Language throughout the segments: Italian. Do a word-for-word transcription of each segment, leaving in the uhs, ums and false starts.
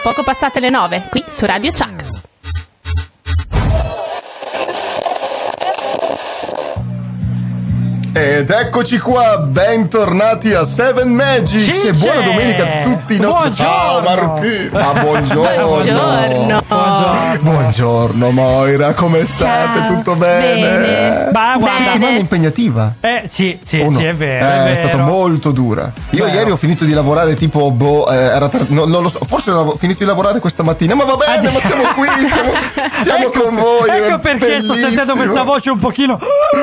poco passate le nove, qui su Radio Chuck. Ed eccoci qua, bentornati a Seven Magics e buona domenica a tutti i nostri. Ciao Marchi. Ma buongiorno. Buongiorno. Buongiorno. Buongiorno Moira, come state? Ciao. Tutto bene? Bene. Ma guarda, settimana impegnativa. Eh sì, sì, Oh, no. sì, è vero. Eh, è, è vero. stata molto dura. Io Vero. ieri ho finito di lavorare tipo boh, eh, era tar- no, non lo so, forse ho finito di lavorare questa mattina, ma va bene, ma siamo qui, siamo, siamo ecco, con voi. Ecco è perché sto bellissimo. sentendo questa voce un pochino.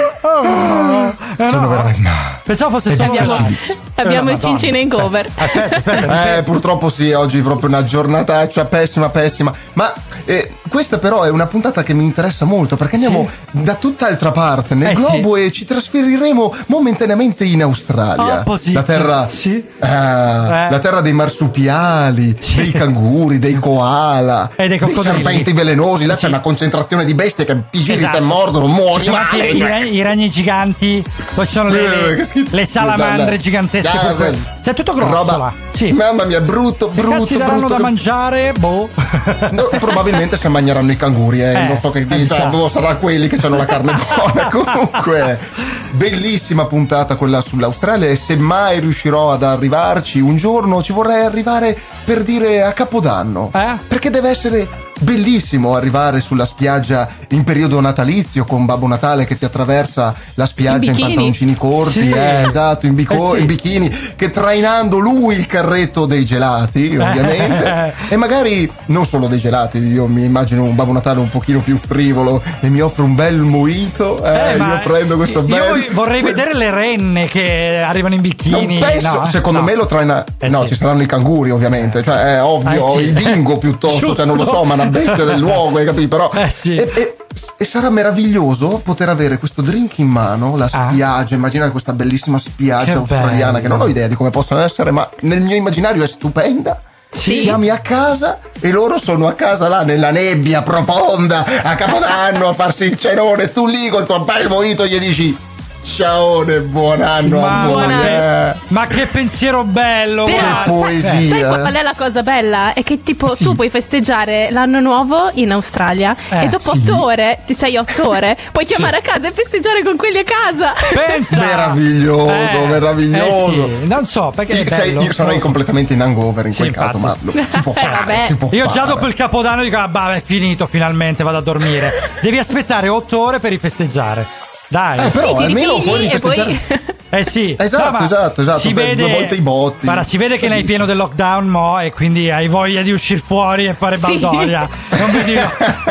Eh, Sono no. veramente. Pensavo fosse solo Abbiamo, Felice. abbiamo Eh, il Cincino in cover. Aspetta, aspetta. Eh, purtroppo sì, oggi è proprio una giornataccia pessima, pessima. Ma eh, questa però è una puntata che mi interessa molto perché andiamo Sì. da tutt'altra parte nel Eh, globo e ci trasferiremo momentaneamente in Australia. Opposite. La terra, Sì. eh, Eh. la terra dei marsupiali, Sì. dei canguri, dei koala, E dei coccodrilli. serpenti velenosi. Là Sì. c'è una concentrazione di bestie che ti giri, Esatto. te mordono, muori. Ci sono anche male, i, cioè. ragni, i ragni giganti, poi ci sono le, Eh, le, che schifo. le salamandre Dai, gigantesche. dai, per dai. cui- Sei tutto grosso Roba- là. Sì. Mamma mia, brutto, Che brutto, cazzo daranno brutto. da mangiare? Boh. No, probabilmente se mangeranno i canguri, eh. Eh, non so che eh, dica, sa. boh, sarà quelli che hanno la carne buona. Comunque, bellissima puntata quella sull'Australia. E se mai riuscirò ad arrivarci un giorno, ci vorrei arrivare per dire a Capodanno. Eh? Perché deve essere bellissimo arrivare sulla spiaggia in periodo natalizio con Babbo Natale che ti attraversa la spiaggia in, bikini. pantaloncini corti, Sì. eh, esatto, in, bico- Eh, sì. in bikini, che trainando lui il carretto dei gelati, ovviamente, e magari non solo dei gelati. Io mi immagino un Babbo Natale un pochino più frivolo e mi offre un bel mojito, eh, Eh, ma io prendo questo io bel voglio- vorrei quel- vedere le renne che arrivano in bikini. non penso, no, secondo no. me lo traina. Eh, no, sì. ci saranno i canguri, ovviamente. Cioè, è ovvio, Eh, sì. i dingo piuttosto, cioè non lo so, ma una bestia del luogo, hai capito? Però. Eh, sì. e, e- e sarà meraviglioso poter avere questo drink in mano, la Ah. spiaggia. Immaginate questa bellissima spiaggia Che australiana, bello. che non ho idea di come possano essere, ma nel mio immaginario è stupenda. Sì. Chiami a casa e loro sono a casa là nella nebbia profonda a Capodanno a farsi il cenone. Tu lì col tuo bel mojito gli dici ciaone, buon anno Ma, a voi. eh. ma che pensiero bello! Però, guarda. Che poesia. sai qual è la cosa bella? È che tipo Sì. tu puoi festeggiare l'anno nuovo in Australia Eh, e dopo sì. otto ore, ti sei otto ore, puoi chiamare a casa e festeggiare con quelli a casa. Pensa! Meraviglioso, meraviglioso. eh sì, non so perché è Io, sei- bello. io sarei completamente in hangover in Sì, quel caso, ma infatti. lo- si può Eh, fare, vabbè. si può Io già fare. dopo il Capodanno dico, ah, bah, è finito, finalmente vado a dormire. Devi aspettare otto ore per rifesteggiare. Dai. Eh, però Sì, ti almeno ripigli puoi e poi rifesteggiare. Eh sì. Esatto, ma esatto, esatto, Si per vede due volte i botti. Guarda, si vede che ne hai pieno del lockdown mo e quindi hai voglia di uscire fuori e fare Sì. baldoria. Non mi dico.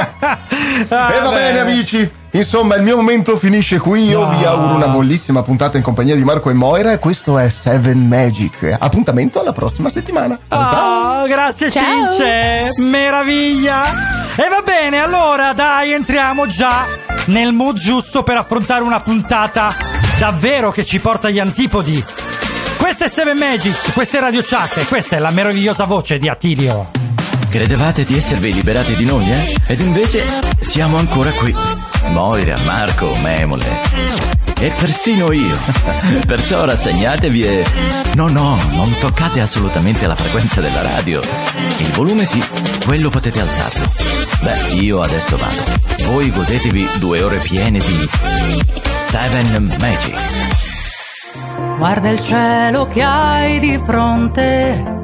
E va bene amici, insomma il mio momento finisce qui. Io No. vi auguro una bellissima puntata in compagnia di Marco e Moira e questo è Seven Magic. Appuntamento alla prossima settimana. Ciao, ciao. Oh, grazie Ciao. Cince, meraviglia. E va bene, allora dai, entriamo già nel mood giusto per affrontare una puntata davvero che ci porta agli antipodi. Questa è Seven Magics, questa è Radio Chuck e questa è la meravigliosa voce di Attilio. Credevate di esservi liberati di noi, eh? Ed invece siamo ancora qui. Moira, Marco, Memole e persino io. Perciò rassegnatevi e... No, no, non toccate assolutamente la frequenza della radio. Il volume sì, quello potete alzarlo. Beh, io adesso vado. Voi godetevi due ore piene di Seven Magics. Guarda il cielo che hai di fronte,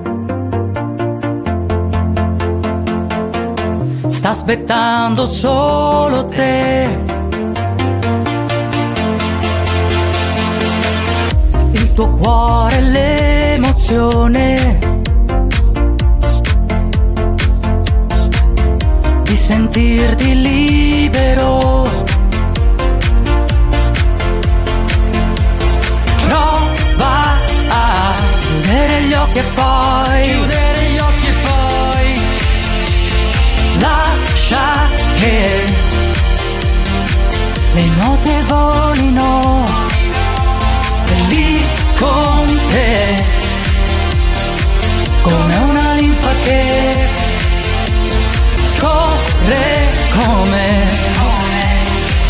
sta aspettando solo te. Il tuo cuore, l'emozione di sentirti libero. Prova a chiudere gli occhi e poi Chiudere gli occhi e poi lascia che le note volino e lì con te come una linfa che scorre come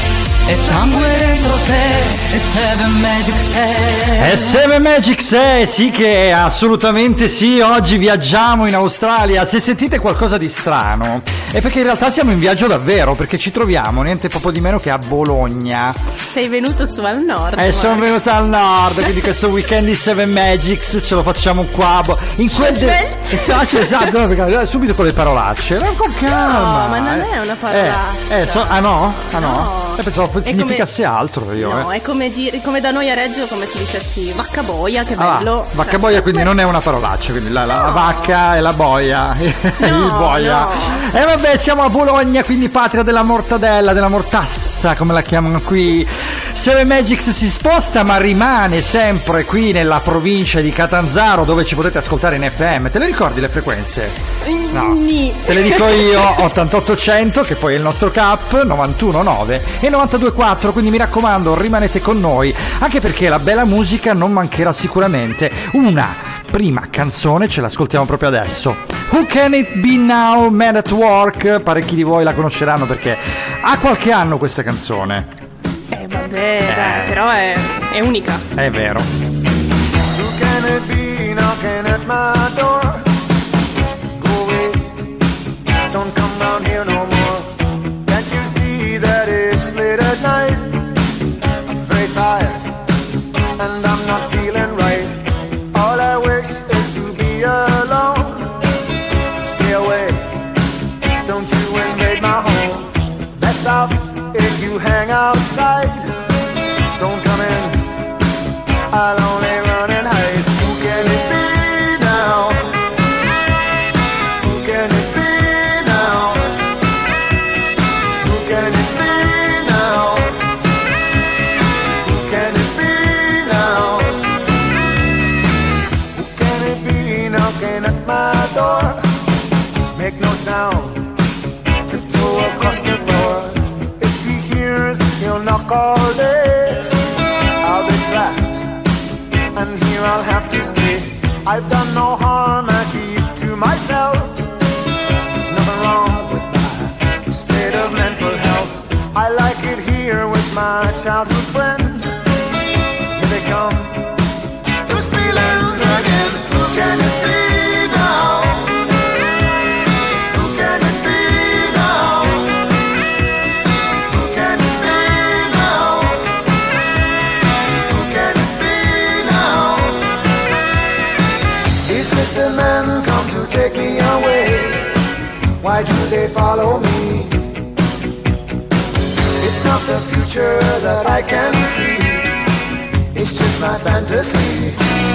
e sangue dentro te, e Seven Magic sei. E Seven Magic sei, sì che assolutamente sì, oggi viaggiamo in Australia. Se sentite qualcosa di strano è perché in realtà siamo in viaggio davvero, perché ci troviamo niente poco di meno che a Bologna. Sei venuto su al nord. Eh, sono venuto al nord, quindi questo weekend di Seven Magics ce lo facciamo qua. In quel de- esatto, esatto, perché subito con le parolacce. Ma con calma. No, ma non è una parolaccia. Eh, eh, so, ah no? Ah no? No. Eh, pensavo significasse come, altro io. No, eh. è come, dire, come da noi a Reggio, come si dicessi vacca boia, che bello. Ah, vacca boia, quindi non è una parolaccia, quindi la, la, no. la vacca e la boia. No, il boia. E no. eh, vabbè, siamo a Bologna, quindi patria della mortadella, della mortazza, come la chiamano qui. Seven Magics si sposta, ma rimane sempre qui nella provincia di Catanzaro, dove ci potete ascoltare in F M. Te le ricordi le frequenze? No. Te le dico io, ottantotto cento, che poi è il nostro cap, novantuno nove e novantadue quattro, quindi mi raccomando, rimanete con noi, anche perché la bella musica non mancherà sicuramente. Una prima canzone ce l'ascoltiamo proprio adesso. Who Can It Be Now, Man at Work. Parecchi di voi la conosceranno perché ha qualche anno questa canzone. Eh vabbè, eh. Dai, però è, è unica. È vero. Who can it be knocking at my door? Go away, don't come round here no more. Can't you see that it's late at night? I'm very tired and I'm not feeling right. All I wish is to be alone. Stay away, don't you invade my home. Best off if you hang outside. Don't come in, I'll only run and hide. Who can it be now? Who can it be now? Who can it be now? Who can it be now? Who can it be knocking at my door? Make no sound, tiptoe across the floor. If he hears, he'll knock all day. I'll be trapped, and here I'll have to stay. I've done no harm, I keep to myself. There's nothing wrong with my state of mental health. I like it here with my childhood friend. Here they come, those feelings again. Who can it be now? Who can it be now? Who can it be now? Who can it be now? Is it the men come to take me away? Why do they follow me? It's not the future that I can see. It's just my fantasy.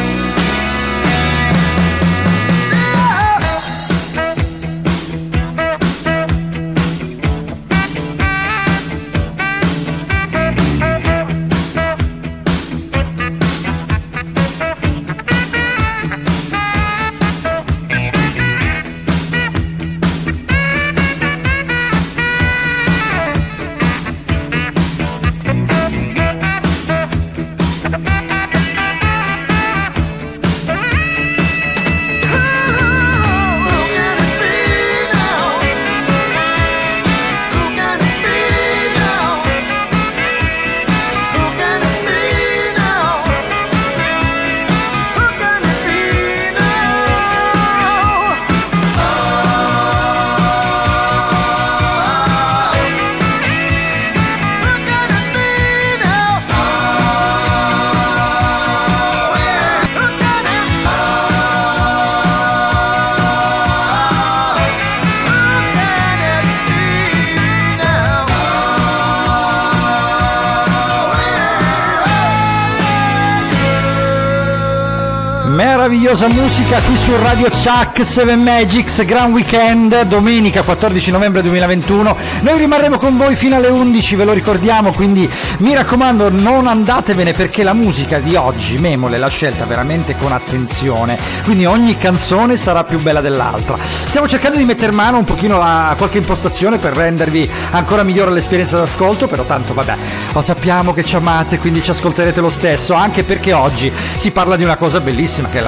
Meravigliosa musica qui su Radio Chuck, Seven Magics, Gran Weekend, domenica quattordici novembre duemilaventuno. Noi rimarremo con voi fino alle undici, ve lo ricordiamo, quindi mi raccomando non andatevene perché la musica di oggi, Memole, l'ha scelta veramente con attenzione, quindi ogni canzone sarà più bella dell'altra. Stiamo cercando di metter mano un pochino a qualche impostazione per rendervi ancora migliore l'esperienza d'ascolto, però tanto vabbè, lo sappiamo che ci amate, quindi ci ascolterete lo stesso, anche perché oggi si parla di una cosa bellissima che è la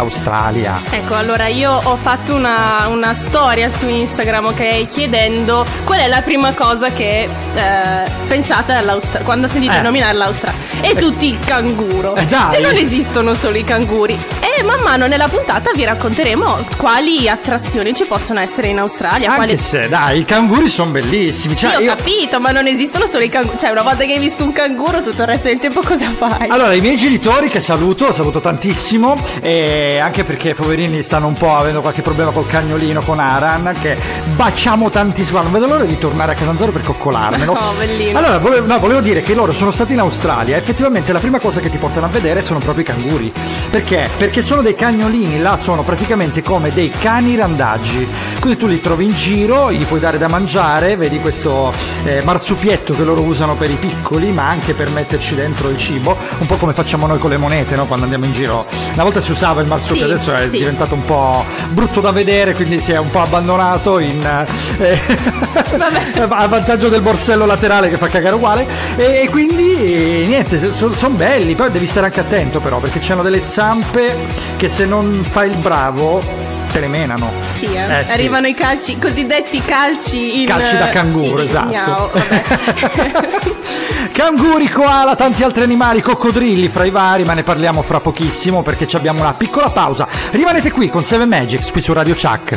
dell'Australia. Ecco, allora io ho fatto una, una storia su Instagram, ok, chiedendo qual è la prima cosa che eh, pensate all'Australia quando sentite Eh. nominare l'Australia. E Eh. tutti il canguro. Eh, dai. Cioè, non esistono solo i canguri. E man mano nella puntata vi racconteremo quali attrazioni ci possono essere in Australia. Anche quali... se, dai, i canguri sono bellissimi. Cioè, sì, ho io... capito, ma non esistono solo i canguri. Cioè, una volta che hai visto un canguro, tutto il resto del tempo cosa fai? Allora, i miei genitori che saluto, saluto tantissimo, e anche perché poverini stanno un po' avendo qualche problema col cagnolino, con Aran, che baciamo tantissimo. Non vedo l'ora di tornare a Catanzaro per coccolarmelo. Oh, bellino. Allora, volevo, no, volevo dire che loro sono stati in Australia. Effettivamente la prima cosa che ti portano a vedere sono proprio i canguri. Perché? Perché sono dei cagnolini, là sono praticamente come dei cani randaggi. Quindi tu li trovi in giro, gli puoi dare da mangiare, vedi questo eh, marsupietto che loro usano per i piccoli, ma anche per metterci dentro il cibo, un po' come facciamo noi con le monete, no? Quando andiamo in giro. Una volta si usava il marsupio, Sì, adesso è sì. diventato un po' brutto da vedere, quindi si è un po' abbandonato in eh, a vantaggio del borsello laterale che fa cagare uguale, e, e quindi eh, niente, sono son belli. Poi devi stare anche attento però, perché c'hanno delle zampe che se non fai il bravo te le menano. Sì, eh. Eh, sì. Arrivano i calci, i cosiddetti calci in Calci da canguro, in- esatto. Miau, vabbè. Canguri, koala, tanti altri animali, coccodrilli fra i vari, ma ne parliamo fra pochissimo perché ci abbiamo una piccola pausa. Rimanete qui con Seven Magics, qui su Radio Chuck.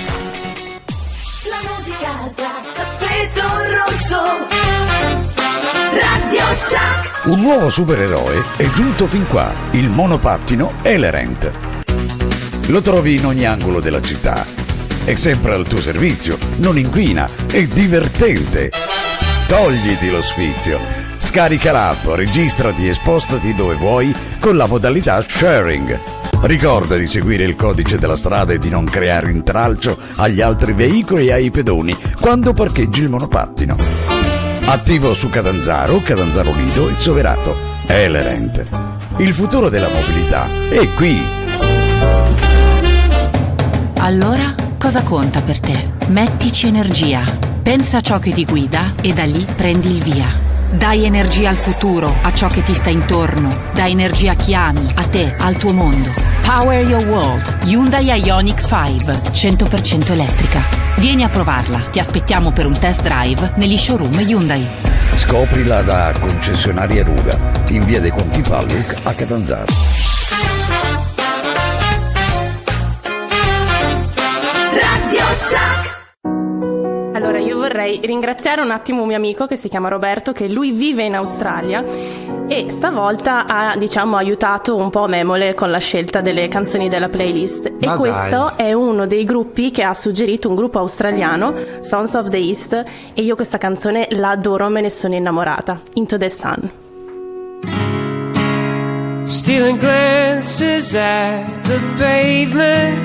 La musica da tappeto rosso. Radio Chuck. Un nuovo supereroe è giunto fin qua, il monopattino Elerent. Lo trovi in ogni angolo della città. È sempre al tuo servizio, non inquina, è divertente. Togliti lo sfizio. Scarica l'app, registrati e spostati dove vuoi con la modalità sharing. Ricorda di seguire il codice della strada e di non creare intralcio agli altri veicoli e ai pedoni quando parcheggi il monopattino. Attivo su Catanzaro, Catanzaro Lido e Soverato. Elerent. Il futuro della mobilità è qui. Allora, cosa conta per te? Mettici energia. Pensa a ciò che ti guida e da lì prendi il via. Dai energia al futuro, a ciò che ti sta intorno. Dai energia a chi ami, a te, al tuo mondo. Power your world. Hyundai Ioniq cinque, cento per cento elettrica. Vieni a provarla. Ti aspettiamo per un test drive negli showroom Hyundai. Scoprila da concessionaria Ruga, in via dei Conti Palluc a Catanzaro. Radio Chuck. Allora, io vorrei ringraziare un attimo un mio amico che si chiama Roberto, che lui vive in Australia e stavolta ha, diciamo, aiutato un po' Memole con la scelta delle canzoni della playlist. Ma e dai. questo è uno dei gruppi che ha suggerito, un gruppo australiano, Sons of the East, e io questa canzone la adoro, me ne sono innamorata. Into the Sun. Stealing glances at the pavement,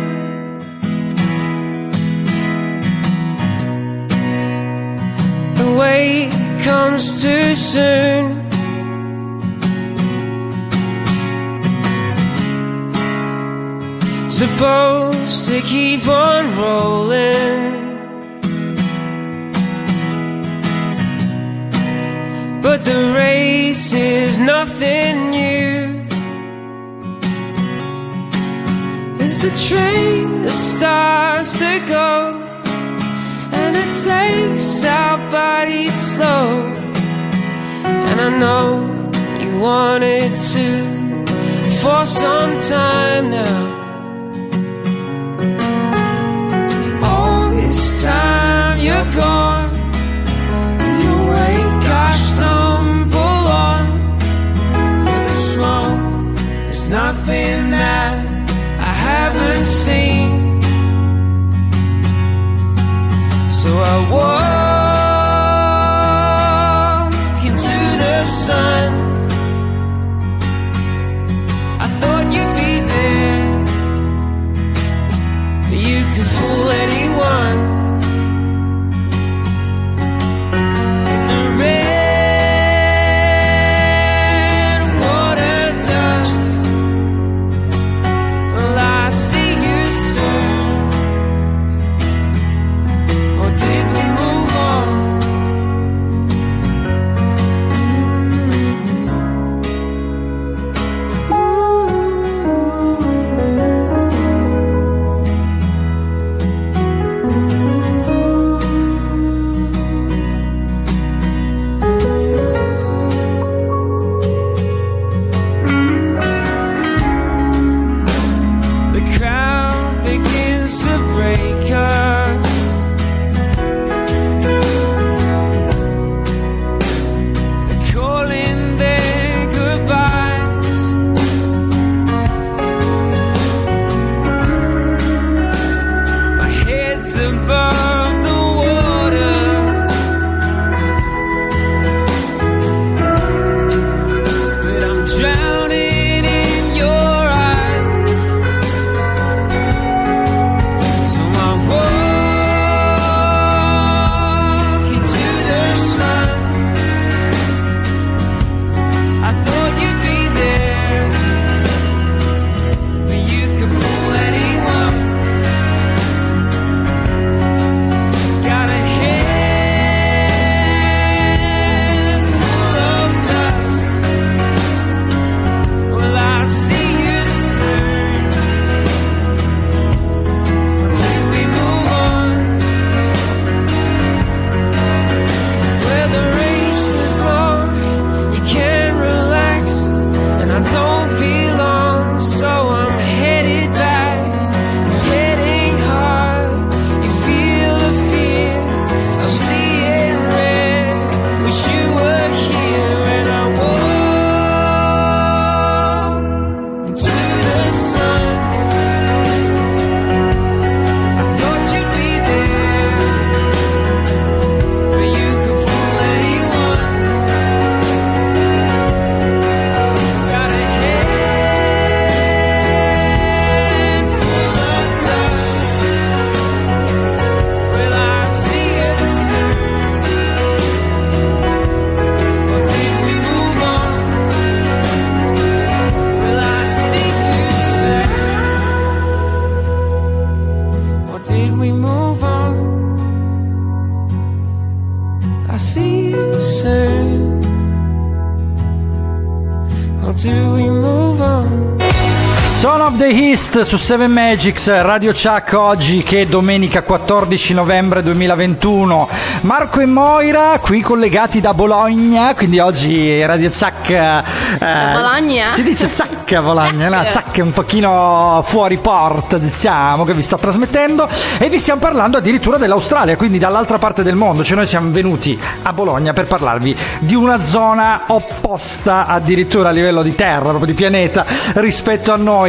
the way comes too soon. Supposed to keep on rolling, but the race is nothing new. As the train that starts to go, and it takes our bodies slow, and I know you wanted to for some time now. All this time you're gone, in your wake I stumble on, but the smoke is nothing that I haven't seen. So I walk into the sun. I thought you'd be there, but you could fool anyone. In the red water dust, well, I see you soon. Or did we move on? do we move on? Son of the East su Seven Magics, Radio Chuck oggi che è domenica quattordici novembre duemilaventuno. Marco e Moira qui collegati da Bologna, quindi oggi Radio Chuck eh, Bologna? Si dice Chuck a Bologna, no? Chuck è un pochino fuori porta, diciamo, che vi sta trasmettendo, e vi stiamo parlando addirittura dell'Australia, quindi dall'altra parte del mondo. Cioè noi siamo venuti a Bologna per parlarvi di una zona opposta addirittura a livello di terra, proprio di pianeta, rispetto a noi.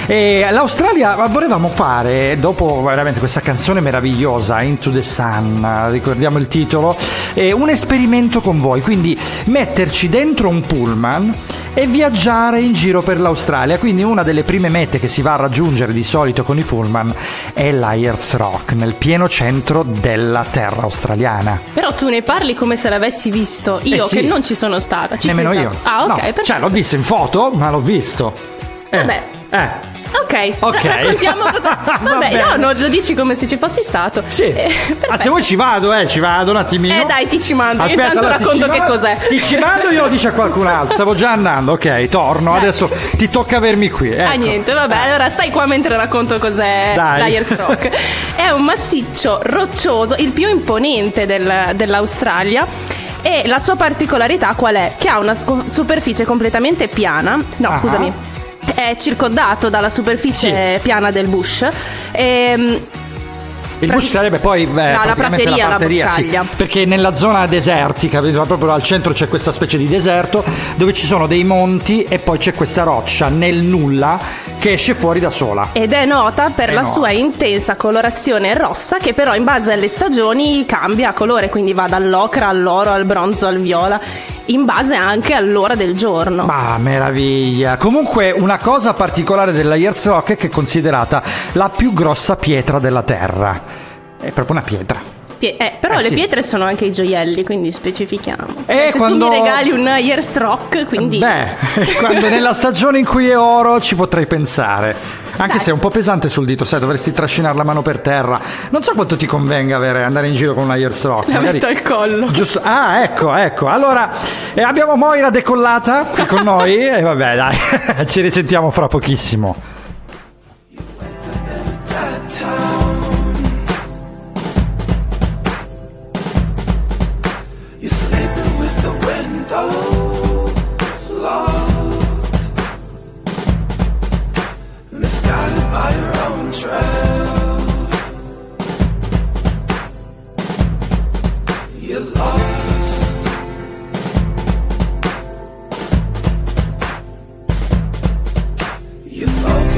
E l'Australia volevamo fare, dopo veramente questa canzone meravigliosa Into the Sun, ricordiamo il titolo, eh, un esperimento con voi, quindi metterci dentro un pullman e viaggiare in giro per l'Australia. Quindi una delle prime mete che si va a raggiungere di solito con i pullman è l'Ayers Rock, nel pieno centro della terra australiana. Però tu ne parli come se l'avessi visto. Io Eh sì. che non ci sono stata. Ci Nemmeno sei io. stato? Ah, ok, No, perfetto. cioè l'ho visto in foto, ma l'ho visto. Eh. Vabbè. Eh. Ok, Ok. raccontiamo cosa. Va Vabbè, bene. no, no, lo dici come se ci fossi stato. Sì. Eh, Ma se vuoi ci vado, eh, ci vado un attimino. Eh, dai, ti ci mando. Io Aspetta, intanto allora, ti racconto ci che mando- cos'è. Ti ci mando, io lo dice a qualcun altro. Stavo già andando, ok, torno. Dai. Adesso ti tocca avermi qui. Ecco. Ah, niente, vabbè, allora stai qua mentre racconto cos'è Dai. l'Ayers Rock. È un massiccio roccioso, il più imponente del- dell'Australia. E la sua particolarità qual è? Che ha una sco- superficie completamente piana. No, Ah. scusami. È circondato dalla superficie Sì. piana del bush. Ehm, Il bush sarebbe poi eh, la praticamente prateria, la sì, boscaglia. perché nella zona desertica, vedo proprio al centro c'è questa specie di deserto dove ci sono dei monti e poi c'è questa roccia nel nulla che esce fuori da sola. Ed è nota per È la nota. sua intensa colorazione rossa, che però in base alle stagioni cambia colore, quindi va dall'ocra all'oro, al bronzo, al viola, in base anche all'ora del giorno. Ma meraviglia. Comunque una cosa particolare dell'Ayers Rock è che è considerata la più grossa pietra della terra. È proprio una pietra. Pie- eh, però Eh, le sì. pietre sono anche i gioielli, quindi specifichiamo. Eh, Cioè, se quando- tu mi regali un Ayers Rock, quindi Beh, quando nella stagione in cui è oro ci potrei pensare. Anche Dai. se è un po' pesante sul dito, sai, dovresti trascinare la mano per terra. Non so quanto ti convenga avere, andare in giro con un Ayers Rock. la magari- metto al collo. Giusto. Ah, ecco, ecco. Allora, eh, abbiamo Moira decollata qui con noi. E vabbè, dai, ci risentiamo fra pochissimo. You're sleeping with the windows locked, misguided by your own trail. You're lost. You focus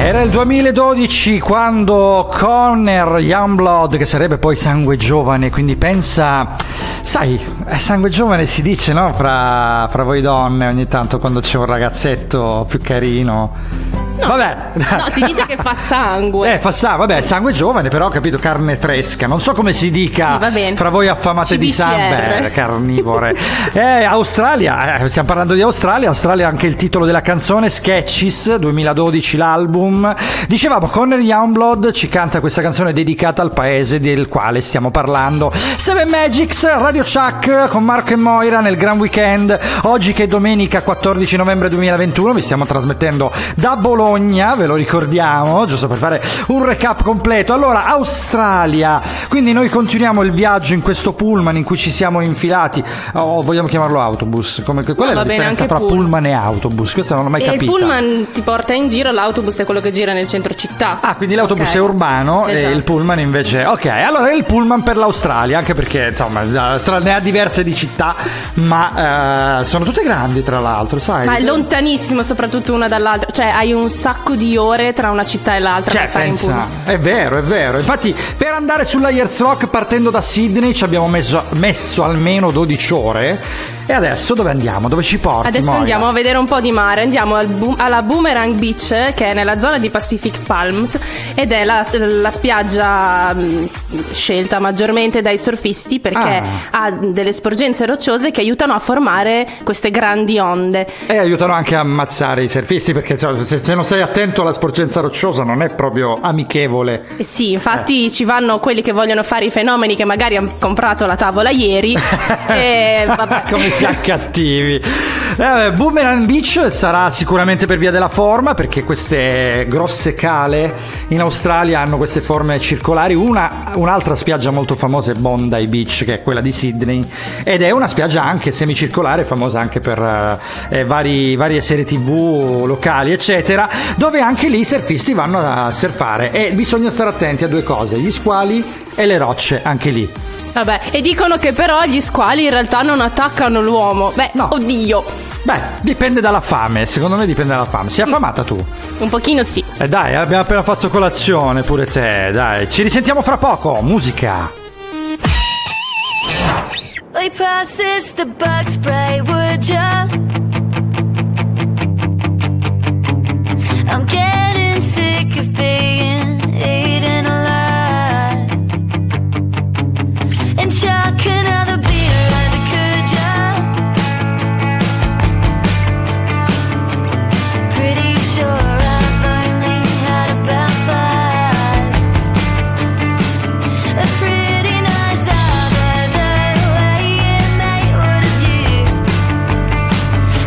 Era il duemiladodici quando Conner Youngblood, che sarebbe poi Sangue Giovane, quindi pensa, sai, Sangue Giovane si dice, no? Fra, fra voi donne ogni tanto quando c'è un ragazzetto più carino. No, vabbè, no, si dice che fa sangue. Eh, fa sangue, vabbè, sangue giovane, però ho capito, carne fresca. Non so come si dica sì, va bene. Fra voi affamate C B C R. di sangue, carnivore. Eh, Australia, eh, stiamo parlando di Australia. Australia, anche il titolo della canzone, Sketches, duemiladodici l'album. Dicevamo, Conner Youngblood ci canta questa canzone dedicata al paese del quale stiamo parlando. Seven Magics, Radio Chuck con Marco e Moira nel Gran Weekend. Oggi che è domenica quattordici novembre duemilaventuno, vi stiamo trasmettendo da Bologna. Ve lo ricordiamo, giusto per fare un recap completo. Allora, Australia, quindi noi continuiamo il viaggio in questo pullman in cui ci siamo infilati, o oh, vogliamo chiamarlo autobus? Come, qual no, è la differenza tra pullman. pullman e autobus? Questa non l'ho mai capita. Il pullman ti porta in giro, l'autobus è quello che gira nel centro città. Ah, quindi l'autobus okay. è urbano, esatto. E il pullman invece, ok, allora è il pullman per l'Australia, anche perché insomma l'Australia ne ha diverse di città, ma eh, sono tutte grandi tra l'altro, sai? Ma è lontanissimo soprattutto una dall'altra, cioè hai un sacco di ore tra una città e l'altra, cioè, per fare pensa, in pullman. È vero, è vero. Infatti, per andare sulla Ayers Rock partendo da Sydney ci abbiamo messo, messo almeno dodici ore. E adesso dove andiamo? Dove ci porti? Adesso Moira? Andiamo a vedere un po' di mare. Andiamo al bu- alla Boomerang Beach, che è nella zona di Pacific Palms, ed è la, la spiaggia mh, scelta maggiormente dai surfisti perché ah. ha delle sporgenze rocciose che aiutano a formare queste grandi onde. E aiutano anche a ammazzare i surfisti, perché se, se non stai attento alla sporgenza rocciosa non è proprio amichevole. Eh sì, infatti eh. ci vanno quelli che vogliono fare i fenomeni, che magari hanno comprato la tavola ieri. E vabbè. Come siamo cattivi. Eh, Boomerang Beach sarà sicuramente per via della forma, perché queste grosse cale in Australia hanno queste forme circolari. Una, un'altra spiaggia molto famosa è Bondi Beach, che è quella di Sydney, ed è una spiaggia anche semicircolare, famosa anche per eh, vari, varie serie tv locali eccetera, dove anche lì i surfisti vanno a surfare, e bisogna stare attenti a due cose: gli squali e le rocce, anche lì. Vabbè, e dicono che però gli squali in realtà non attaccano l'uomo. Beh, no. Oddio. Beh, dipende dalla fame, secondo me dipende dalla fame. Sei affamata tu? Un pochino sì. Eh dai, abbiamo appena fatto colazione, pure te, dai. Ci risentiamo fra poco, musica. We pass this the bug spray, would ya? I'm getting sick of being eaten alive. And chuck another beer at me, could ya? Pretty sure I've only had about five. A pretty nice hour, the way you made would have you.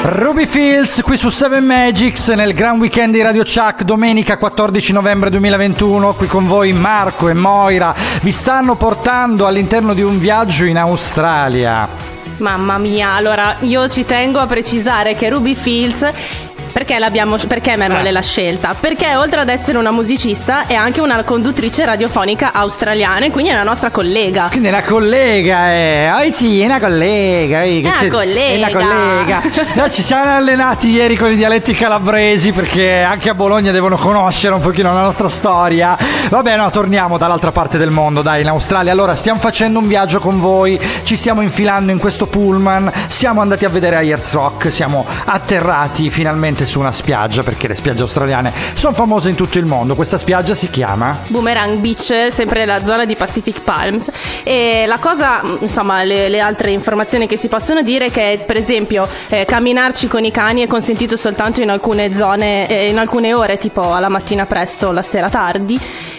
Ruby Fields qui su Seven Magics nel Gran Weekend di Radio Chuck, domenica quattordici novembre duemilaventuno. Qui con voi Marco e Moira vi stanno portando all'interno di un viaggio in Australia. Mamma mia, allora io ci tengo a precisare che Ruby Fields, perché l'abbiamo, perché Memole Eh. l'ha scelta? Perché oltre ad essere una musicista è anche una conduttrice radiofonica australiana e quindi è una nostra collega. Quindi è una collega, eh. Oh, sì, è una collega. eh, che È una c'è- collega. È una collega. Noi ci siamo allenati ieri con i dialetti calabresi perché anche a Bologna devono conoscere un pochino la nostra storia. Vabbè, no, torniamo dall'altra parte del mondo, dai, in Australia. Allora, stiamo facendo un viaggio con voi, ci stiamo infilando in questo pullman, siamo andati a vedere Ayers Rock, siamo atterrati finalmente su una spiaggia, perché le spiagge australiane sono famose in tutto il mondo. Questa spiaggia si chiama Boomerang Beach, sempre nella zona di Pacific Palms. E la cosa, insomma, le, le altre informazioni che si possono dire è che, per esempio, eh, camminarci con i cani è consentito soltanto in alcune zone, eh, in alcune ore, tipo alla mattina presto o la sera tardi.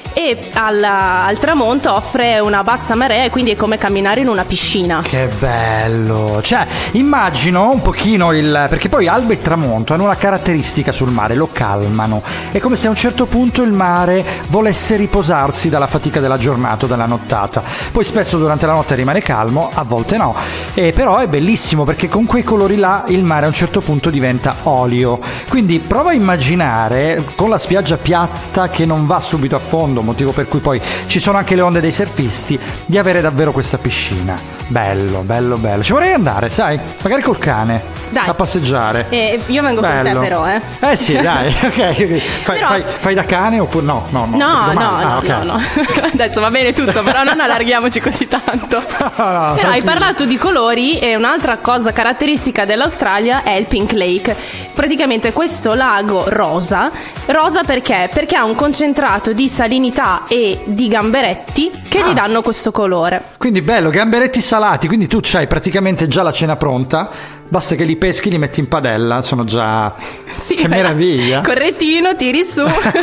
E alla- al tramonto offre una bassa marea e quindi è come camminare in una piscina. Che bello! Cioè, immagino un pochino il... perché poi alba e tramonto hanno una caratteristica sul mare, lo calmano. È come se a un certo punto il mare volesse riposarsi dalla fatica della giornata o della nottata. Poi spesso durante la notte rimane calmo, a volte no. E però è bellissimo perché con quei colori là il mare a un certo punto diventa olio. Quindi prova a immaginare, con la spiaggia piatta che non va subito a fondo, motivo per cui poi ci sono anche le onde dei surfisti, di avere davvero questa piscina. Bello, bello, bello. Ci vorrei andare, sai, magari col cane. Dai. A passeggiare. E io vengo con te Bello. però, eh. Eh sì, dai, ok. ok. Fai, Però- fai- fai da cane oppure no? No, no. No, no, domani. no, Ah, ok. no, no. Adesso va bene tutto, però non allarghiamoci così tanto. no, Però hai tranquillo. parlato di colori e un'altra cosa caratteristica dell'Australia è il Pink Lake. Praticamente questo lago rosa, rosa perché? Perché ha un concentrato di salinità e di gamberetti che Ah. gli danno questo colore. Quindi bello, gamberetti salati, quindi tu c'hai praticamente già la cena pronta, basta che li peschi, li metti in padella, sono già... Sì, che meraviglia! Correttino, tiri su.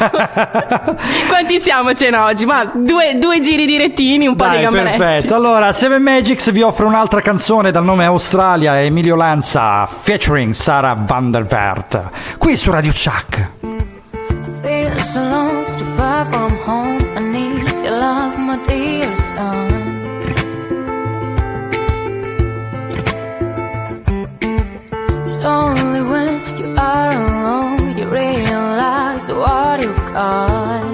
Quanti siamo a cena oggi? Ma due, due giri direttini, un po' di Dai, gamberetti. perfetto. Allora, Seven Magics vi offre un'altra canzone dal nome Australia, Emilio Lanza, featuring Sara Van der Vert, qui su Radio Chuck. Feel so lost, too far from home. I need your love, my dear son. It's only when you are alone you realize what you've got.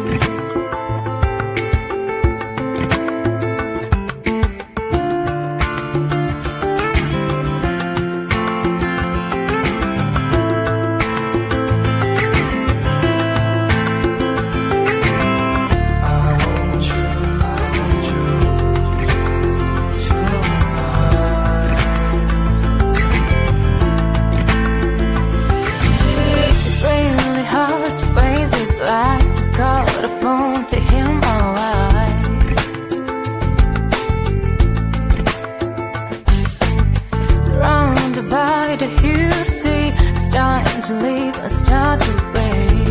It's really hard to face his life. Just got a phone to him alright. Surrounded by the huge sea, it's time to leave. I start to breathe.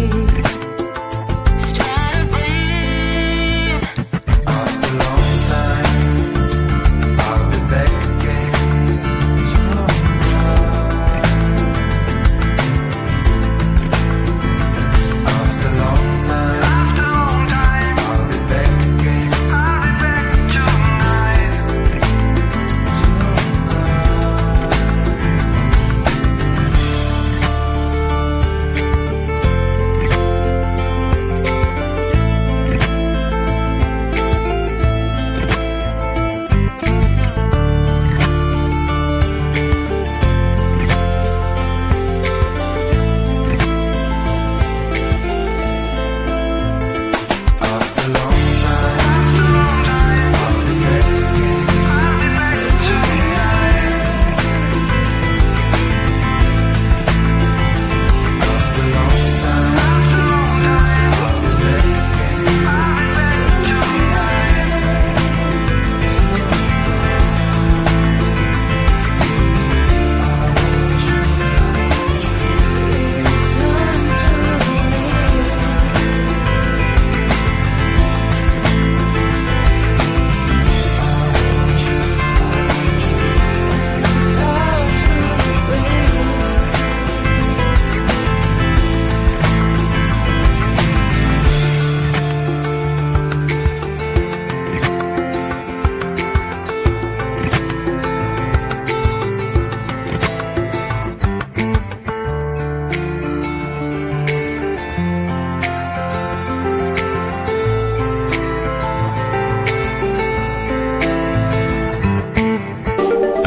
After a long time, I'll be back again. After a long time, I'll be back again. Tonight.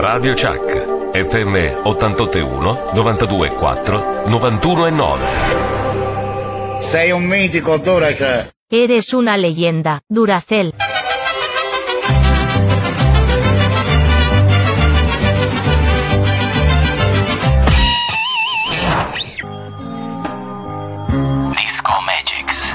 Radio Chuck, F M ottantotto e uno, novantadue e quattro, novantuno e nove. Sei un mitico, Duracell. Eres una leyenda, Duracell. Disco Magics.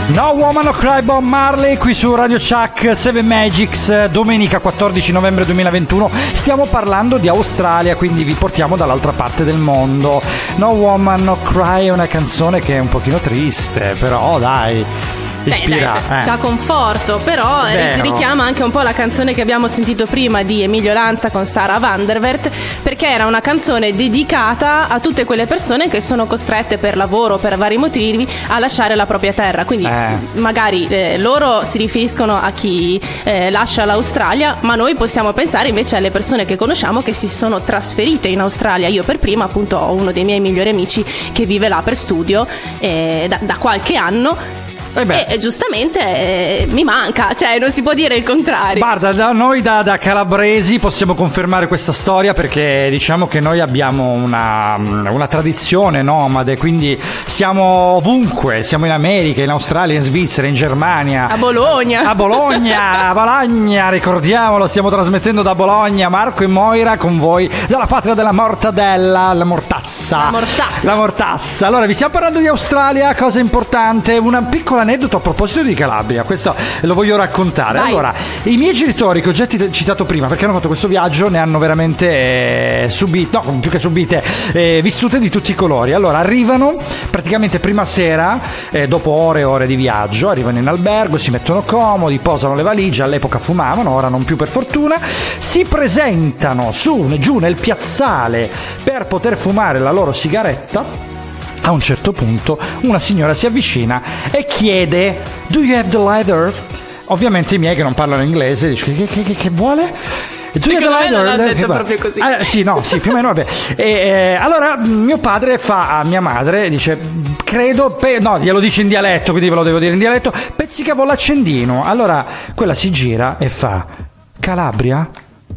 No Woman No Cry, Bob Marley, qui su Radio Chuck Seven Magics, domenica quattordici novembre duemilaventuno. Stiamo parlando di Australia, quindi vi portiamo dall'altra parte del mondo. No Woman No Cry è una canzone che è un pochino triste, però dai, ispira, dai, eh. dà conforto, però Vero. richiama anche un po' la canzone che abbiamo sentito prima di Emilio Lanza con Sara Vandervert, perché era una canzone dedicata a tutte quelle persone che sono costrette per lavoro, per vari motivi, a lasciare la propria terra. Quindi Eh. magari eh, loro si riferiscono a chi eh, lascia l'Australia, ma noi possiamo pensare invece alle persone che conosciamo che si sono trasferite in Australia. Io per prima appunto ho uno dei miei migliori amici che vive là per studio eh, da, da qualche anno. E, e giustamente eh, mi manca, cioè non si può dire il contrario. Guarda, da noi da, da calabresi possiamo confermare questa storia, perché diciamo che noi abbiamo una, una tradizione nomade, quindi siamo ovunque, siamo in America, in Australia, in Svizzera, in Germania, a Bologna. A Bologna, a Bologna, ricordiamolo, stiamo trasmettendo da Bologna, Marco e Moira con voi dalla patria della mortadella, la mortazza. La mortazza. La mortazza. Allora, vi stiamo parlando di Australia, cosa importante, una piccola aneddoto a proposito di Calabria, questo lo voglio raccontare. Vai. Allora, i miei genitori che ho già t- citato prima, perché hanno fatto questo viaggio, ne hanno veramente eh, subito, no, più che subite, eh, vissute di tutti i colori. Allora, arrivano praticamente prima sera, eh, dopo ore e ore di viaggio, arrivano in albergo, si mettono comodi, posano le valigie, all'epoca fumavano, ora non più per fortuna, si presentano su e giù nel piazzale per poter fumare la loro sigaretta. A un certo punto una signora si avvicina e chiede: "Do you have the lighter?" Ovviamente i miei che non parlano inglese dicono: che, che, che, che vuole? Do you have the Secondo me non lighter? l'ha Che detto va- proprio così. Ah, sì, no, sì, più o meno vabbè. E, eh, allora mio padre fa a mia madre, dice: credo, pe- no, glielo dice in dialetto, quindi ve lo devo dire in dialetto, "Pezzicavo l'accendino". Allora quella si gira e fa: "Calabria?"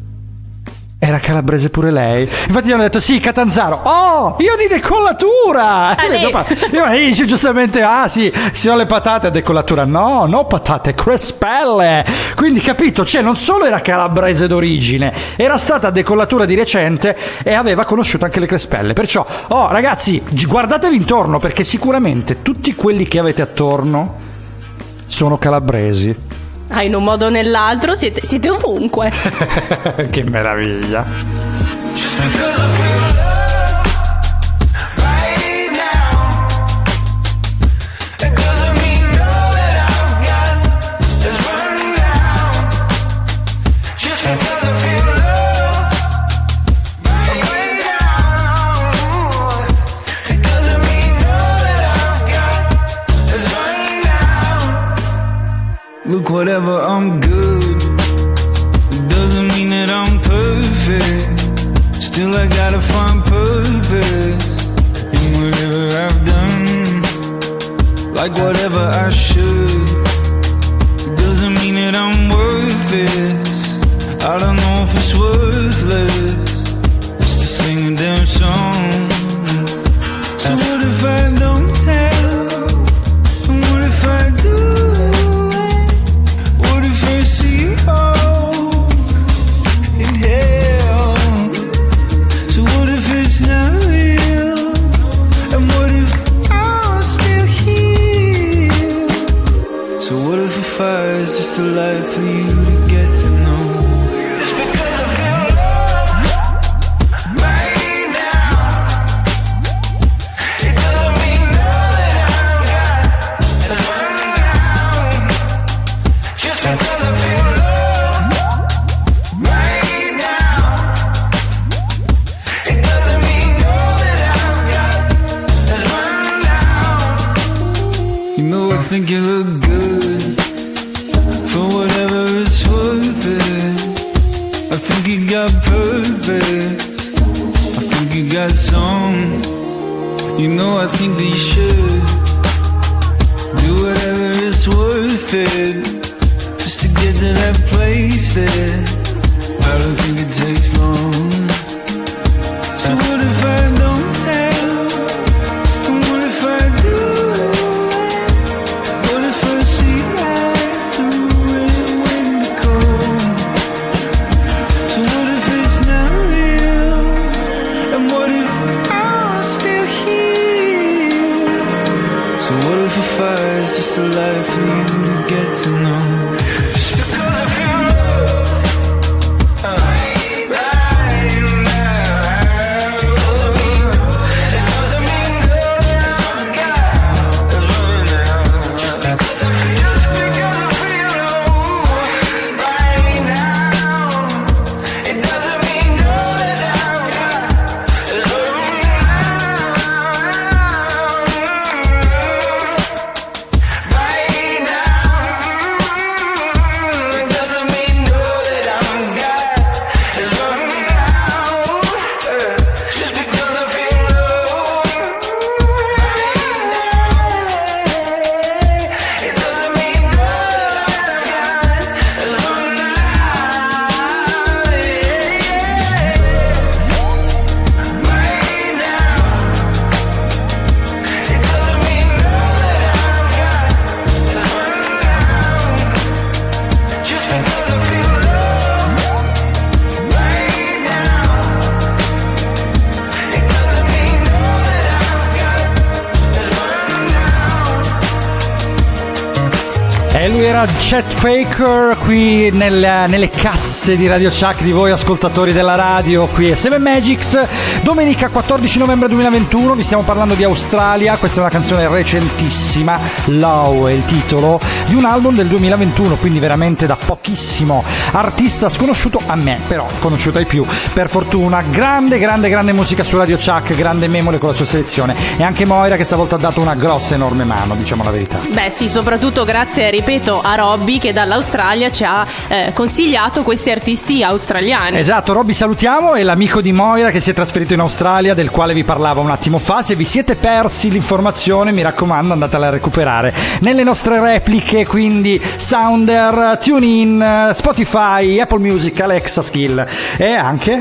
Era calabrese pure lei. Infatti gli hanno detto: "Sì, Catanzaro". "Oh, io di decollatura". Ah, lei? Mio pa- io dice giustamente: "Ah sì, si sono le patate a decollatura". No, no patate, crespelle. Quindi capito, cioè non solo era calabrese d'origine, era stata a decollatura di recente e aveva conosciuto anche le crespelle. Perciò, oh ragazzi, gi- guardatevi intorno, perché sicuramente tutti quelli che avete attorno sono calabresi. Ah, in un modo o nell'altro siete, siete ovunque. Che meraviglia. Look, whatever, I'm good. It doesn't mean that I'm perfect. Still, I gotta find purpose in whatever I've done. Like whatever I should. It doesn't mean that I'm worth it. I don't know if it's worthless just to sing a damn song. So what if I don't tell? And what if I do? See hope in hell. So what if it's not real? And what if I'm still here? So what if a fire is just a light for you to get to know? It's because I feel love right now. It doesn't mean all that I've got is running out. Just because I feel I think you look good for whatever it's worth it. I think you got purpose. I think you got song. You know, I think that you should do whatever it's worth it just to get to that place there. I don't think it takes long. So what if I don't tell? And what if I do? for fires, just a life for you to get to know. Just because I feel love, uh, right now, doesn't mean, it doesn't mean that I've got love now. Just because I feel, just because I feel love right now, it doesn't mean that I've got love right now. It doesn't mean no that I've got love now. Just because I feel love right now, it doesn't mean no that I've got love now. Right now, it doesn't mean no that I've got love now. Just because I feel love right now, it doesn't mean no that I've got love now. E lui era Chet Faker qui nel- nelle casse di Radio Chuck, di voi ascoltatori della radio. Qui è Seven Magics, domenica quattordici novembre duemilaventuno. Vi stiamo parlando di Australia. Questa è una canzone recentissima, Low è il titolo di un album del duemilaventuno, quindi veramente da pochissimo. Artista sconosciuto a me, però conosciuto ai più, per fortuna. Grande, grande, grande musica su Radio Chuck, grande Memole con la sua selezione. E anche Moira che stavolta ha dato una grossa, enorme mano, diciamo la verità. Beh sì, soprattutto grazie, ripeto, a Robby che dall'Australia ci ha eh, consigliato questi artisti australiani. Esatto, Robby salutiamo, e l'amico di Moira che si è trasferito in Australia, del quale vi parlavo un attimo fa. Se vi siete persi l'informazione, mi raccomando, andatela a recuperare nelle nostre repliche, quindi Sounder, TuneIn, Spotify, Apple Music, Alexa Skill e anche...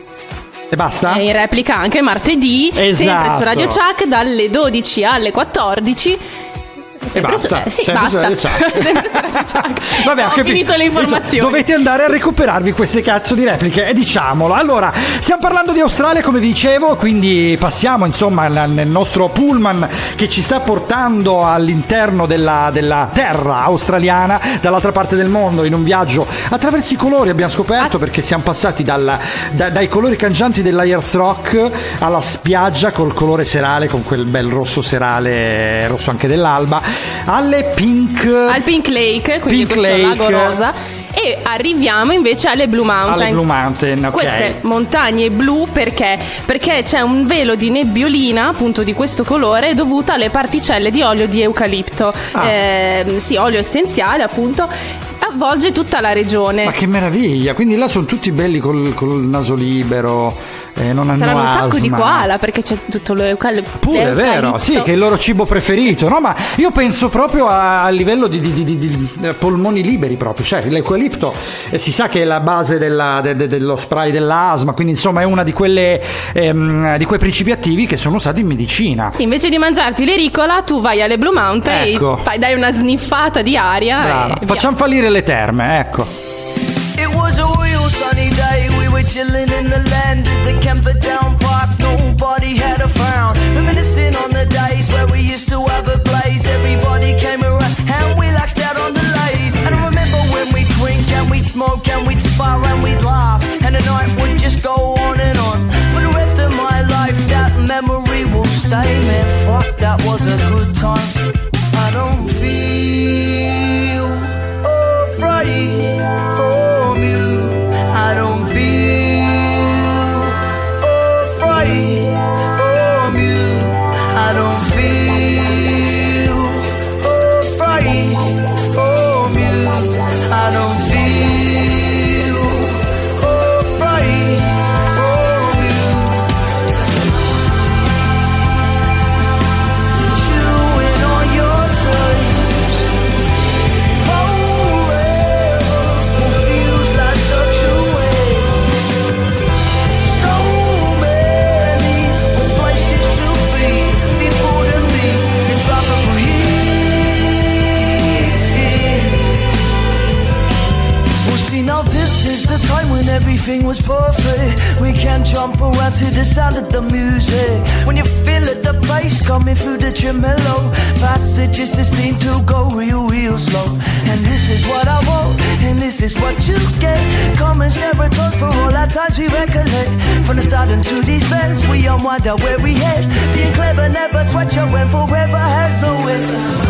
E basta? E in replica anche martedì, Esatto. sempre su Radio Chuck dalle dodici alle quattordici. E Sempre basta, su- eh, sì, sempre su basta. Radio Chuck. Sempre su Radio Chuck. Vabbè, ho Ho capito. finito le informazioni. Esatto, dovete andare a recuperarvi queste cazzo di repliche, e diciamolo. Allora, stiamo parlando di Australia, come vi dicevo, quindi passiamo insomma al- nel nostro pullman che ci sta portando all'interno della, della terra australiana, dall'altra parte del mondo, in un viaggio attraverso i colori, abbiamo scoperto, perché siamo passati dal- da- dai colori cangianti dell'Ayers Rock alla spiaggia col colore serale, con quel bel rosso serale, rosso anche dell'alba, alle pink Al Pink Lake, quindi Pink questo Lake. lago rosa. E arriviamo invece alle Blue Mountain. alle Blue Mountain, ok. Queste montagne blu perché? Perché c'è un velo di nebbiolina appunto di questo colore dovuta alle particelle di olio di eucalipto. Ah. Eh, sì, olio essenziale appunto. Avvolge tutta la regione. Ma che meraviglia, quindi là sono tutti belli col, col naso libero, eh, non hanno Saranno un sacco di asma. koala perché c'è tutto l'eucalipto. Pure è vero, sì, che è il loro cibo preferito, no? Ma io penso proprio a, a livello di, di- di- di- di polmoni liberi proprio, cioè l'eucalipto eh, si sa che è la base della- de- de- dello spray dell'asma, quindi insomma è una di quelle ehm, di quei principi attivi che sono usati in medicina. Sì, invece di mangiarti l'ericola, tu vai alle Blue Mountain Ecco. e fai- dai una sniffata di aria. Brava. E via. Facciamo fallire le terme, ecco. It was a real sunny day, we were chilling in the land at the Camperdown Park, nobody had a frown. Reminiscing on the days where we used to have a blaze, everybody came around and we laxed out on the lays. And I remember when we'd drink and we'd smoke and we'd spar and we'd laugh, and the night would just go on and on. For the rest of my life that memory will stay, man, fuck, that was a good time. I don't feel afraid from you. I don't feel afraid from you. I don't everything was perfect. We can jump around to the sound of the music. When you feel it, the bass coming through the tremolo. Passages that seem to go real, real slow. And this is what I want, and this is what you get. Come and share a toast for all our times we recollect. From the start into these bends, we unwind out where we head. Being clever never sweat you when forever has no end.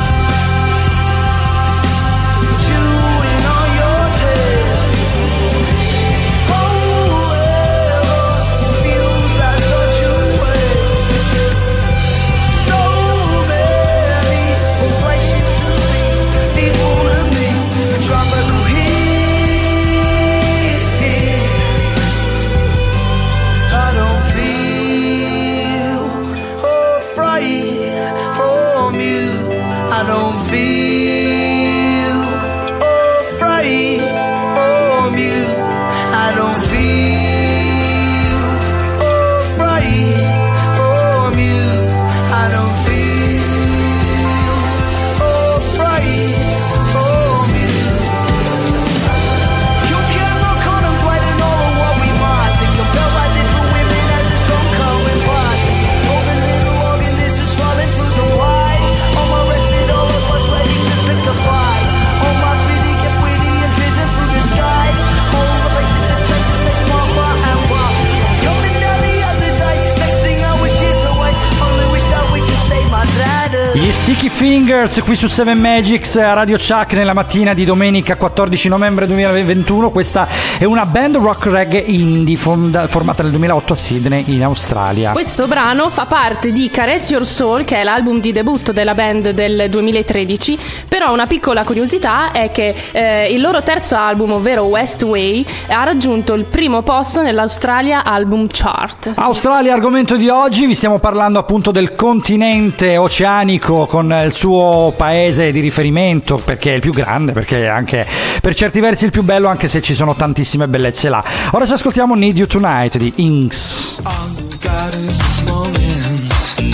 Sticky Fingers qui su Seven Magics a Radio Chuck nella mattina di domenica quattordici novembre duemilaventuno. Questa è una band rock reggae indie fonda- formata nel duemilaotto a Sydney in Australia. Questo brano fa parte di Caress Your Soul, che è l'album di debutto della band del duemilatredici. Però una piccola curiosità è che eh, il loro terzo album, ovvero West Way, ha raggiunto il primo posto nell'Australia Album Chart. Australia, argomento di oggi. Vi stiamo parlando appunto del continente oceanico con il suo paese di riferimento, perché è il più grande, perché è anche per certi versi il più bello, anche se ci sono tantissime bellezze là. Ora ci ascoltiamo Need You Tonight di Inks. All we've got is this moment.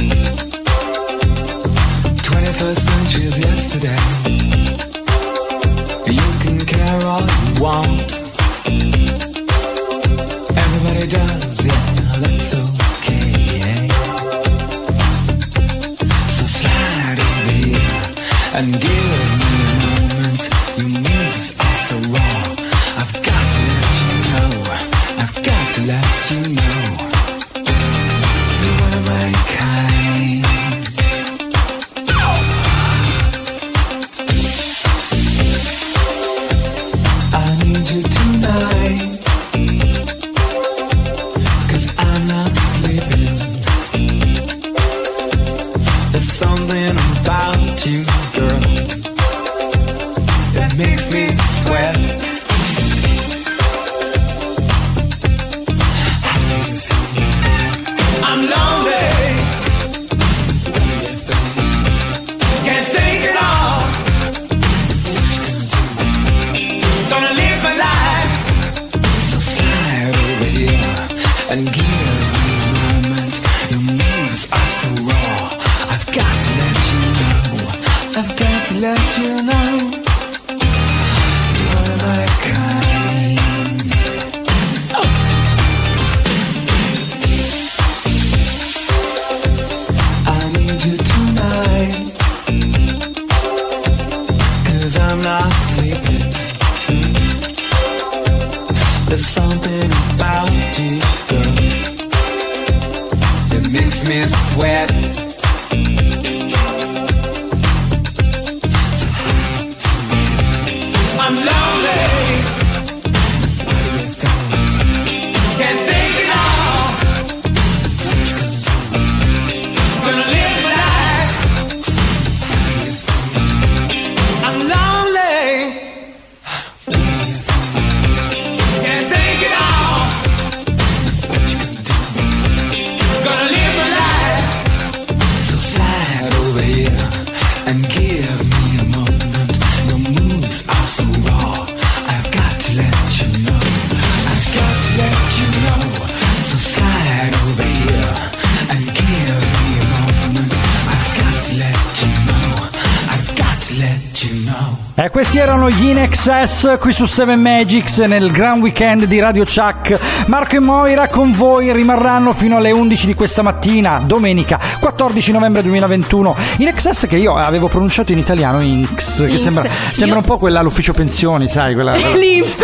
twenty-first century is yesterday. You can care all you want. Everybody does, yeah, that's okay. So slide over here and give me a moment. Your moves are so raw. I've got to let you know. I've got to let you know. You're one of my kind. I need you tonight, 'cause I'm not sleeping. There's something about you, girl, that makes me sweat. How do you feel? I'm lonely. What do you think? Can't take it all. Gonna live my life. So slide over here and give me a moment. Your moves are so raw. I've got to let you know. I've got to let you know. You're one of my kind. Oh. I need you tonight, 'cause I'm not sleeping. There's something about you, girl, that makes me sweat. I'm lonely. What do you think? Can't take it all. Gonna live my life. I'm lonely. What do you think? Can't take it all. What you gonna do? Gonna live my life. So slide over here and give me a moment. Your moves are so raw. I've got to let you know. I've got to let you know. So slide over here and give me a moment. I've got to let you know. I've got to let let you know. E questi erano gli In Excess qui su Seven Magics nel Gran Weekend di Radio Chuck. Marco e Moira con voi rimarranno fino alle undici di questa mattina, domenica quattordici novembre duemilaventuno. In Excess, che io avevo pronunciato in italiano Inks, che Inks. sembra, sembra Io- un po' quella all'ufficio pensioni, sai, quella, quella... L'Inps.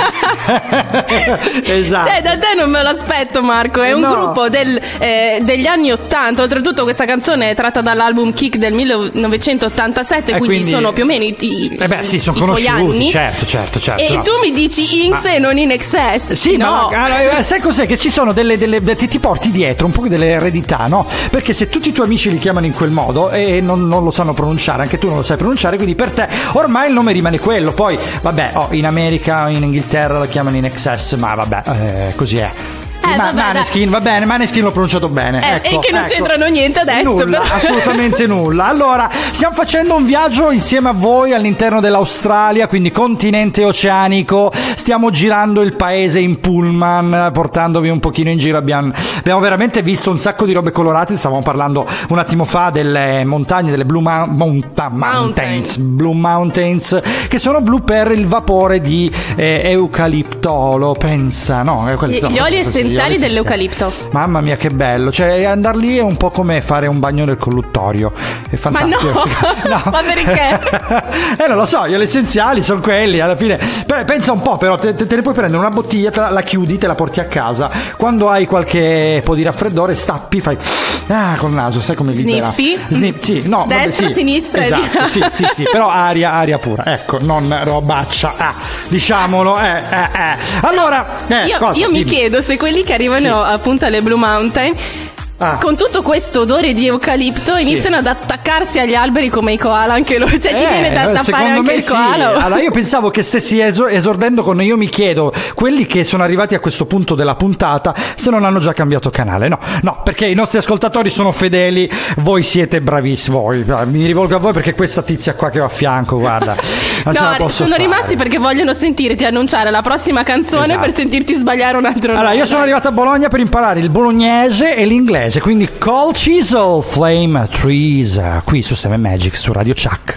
Esatto. Cioè, da te non me lo aspetto, Marco. È un No. gruppo del, eh, degli anni ottanta. Oltretutto, questa canzone è tratta dall'album Kick del millenovecentottantasette, E quindi, quindi- sono più o meno i, i, Eh beh, sì, sono i tuoi conosciuti, anni. certo, certo, certo. E no. tu mi dici Inks Ma- e non In Excess. Sì, no. ma allora, sai cos'è? Che ci sono delle, delle ti, ti porti dietro un po' delle eredità, no? Perché se tutti i tuoi amici li chiamano in quel modo e non, non lo sanno pronunciare, anche tu non lo sai pronunciare, quindi per te ormai il nome rimane quello. Poi, vabbè, oh, in America, in Inghilterra lo chiamano In Excess, ma vabbè, eh, così è. Eh, Ma- vabbè, Maneskin, va bene, Maneskin l'ho pronunciato bene. Eh, ecco, e che non ecco. c'entrano niente adesso. Nulla, però. assolutamente nulla. Allora, stiamo facendo un viaggio insieme a voi all'interno dell'Australia, quindi continente oceanico. Stiamo girando il paese in pullman, portandovi un pochino in giro. Abbiamo, abbiamo veramente visto un sacco di robe colorate. Stavamo parlando un attimo fa delle montagne, delle Blue Mou- Mounta- Mountains, Blue Mountains, che sono blu per il vapore di eh, eucaliptolo. Pensa, no? eucalipto, Gli no, oli così, essenziali gli oli dell'eucalipto. Mamma mia, che bello! Cioè, andare lì è un po' come fare un bagno nel colluttorio. È fantastico. no. Ma perché? Eh, non lo so, gli oli essenziali sono quelli. Alla fine, però, pensa un po', però, te, te ne puoi prendere una bottiglia, te la, la chiudi, te la porti a casa. Quando hai qualche po' di raffreddore, stappi, fai ah col naso, sai come libera. Sniffi? Snip, sì, no, vabbè, Destra, sì. sinistra, Esatto, di- sì, sì, sì, però aria, aria pura. Ecco, non robaccia. Ah, diciamolo, eh, eh, eh. Allora, eh, io cosa? io mi Dimmi. chiedo se quelli che arrivano Sì. appunto alle Blue Mountain Ah. con tutto questo odore di eucalipto iniziano ad attaccarsi agli alberi come i koala anche loro, cioè ti Eh, viene da tappare secondo anche me il sì. koala. Allora io pensavo che stessi eso- esordendo con io mi chiedo quelli che sono arrivati a questo punto della puntata se non hanno già cambiato canale. No, no, perché i nostri ascoltatori sono fedeli, voi siete bravissimi. Voi, mi rivolgo a voi perché questa tizia qua che ho a fianco, guarda, non ce la No, posso sono fare. rimasti perché vogliono sentirti annunciare la prossima canzone Esatto. per sentirti sbagliare un altro Allora, nome. io sono arrivato a Bologna per imparare il bolognese e l'inglese, quindi Call Chisel Flame Trees, eh, qui su Seven Magic su Radio Chuck.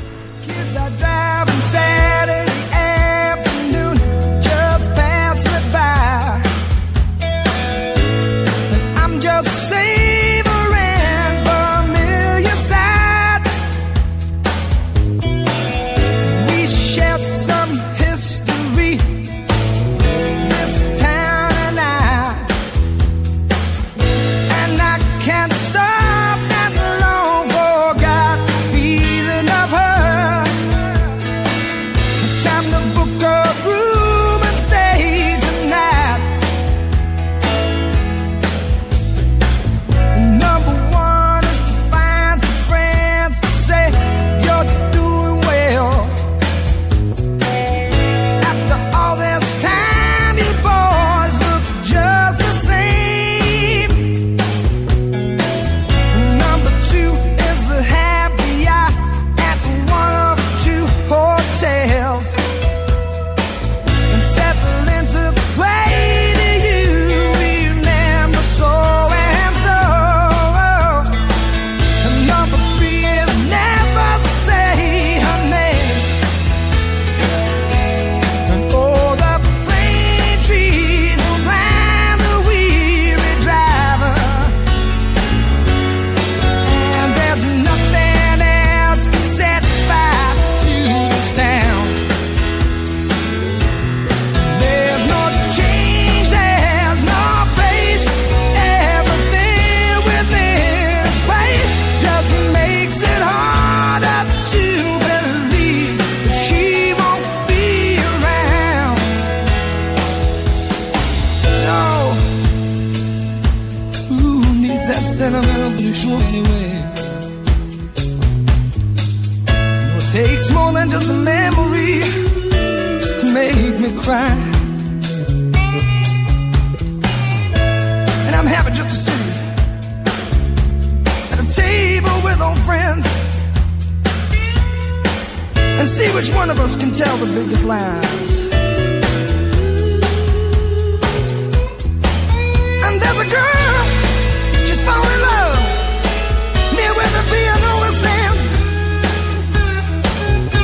Driving Saturday afternoon, just pass me by. And I'm just savoring familiar sights. We shared some history, this town and I. And I can't stop and long forgot the feeling of her. Time to book a room and stay tonight. Number one is to find some friends to say you're doing well. After all this time, you boys look just the same. Number two is the happy hour at one of two hotels. And settle into play to you, remember so and so. And number three is never say her name. And all the plane trees will climb the weary driver. And there's nothing else can set fire to this town. There's no change, there's no place. Everything within its place just makes it harder to believe that she won't be around. No. Who needs that sentimental blue anyway? It takes more than just a memory to make me cry. And I'm happy just to sit at a table with old friends and see which one of us can tell the biggest lies. And there's a girl, she's falling in love near where the piano stands.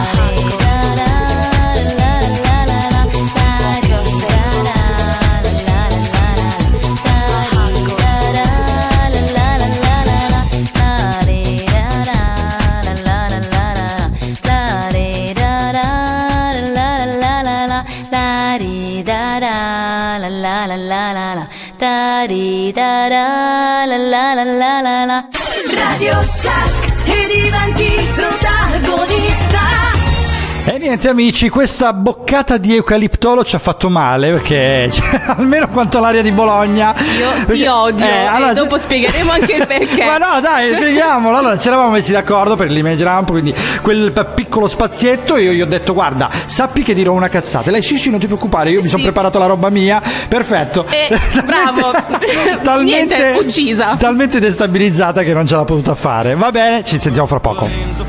Radio Chuck e diventi protagonista. E niente amici, questa boccata di eucaliptolo ci ha fatto male perché cioè, almeno quanto l'aria di Bologna. Io perché, ti odio eh, allora, e dopo spiegheremo anche il perché. Ma no dai, spieghiamolo. Allora ci eravamo messi d'accordo per l'image ramp, quindi quel piccolo spazietto. Io gli ho detto guarda, sappi che dirò una cazzata. Lei sì sì non ti preoccupare, io sì, mi sono sì. preparato la roba mia. Perfetto. E, bravo. talmente, Niente, uccisa. Talmente destabilizzata che non ce l'ha potuta fare. Va bene, ci sentiamo fra poco.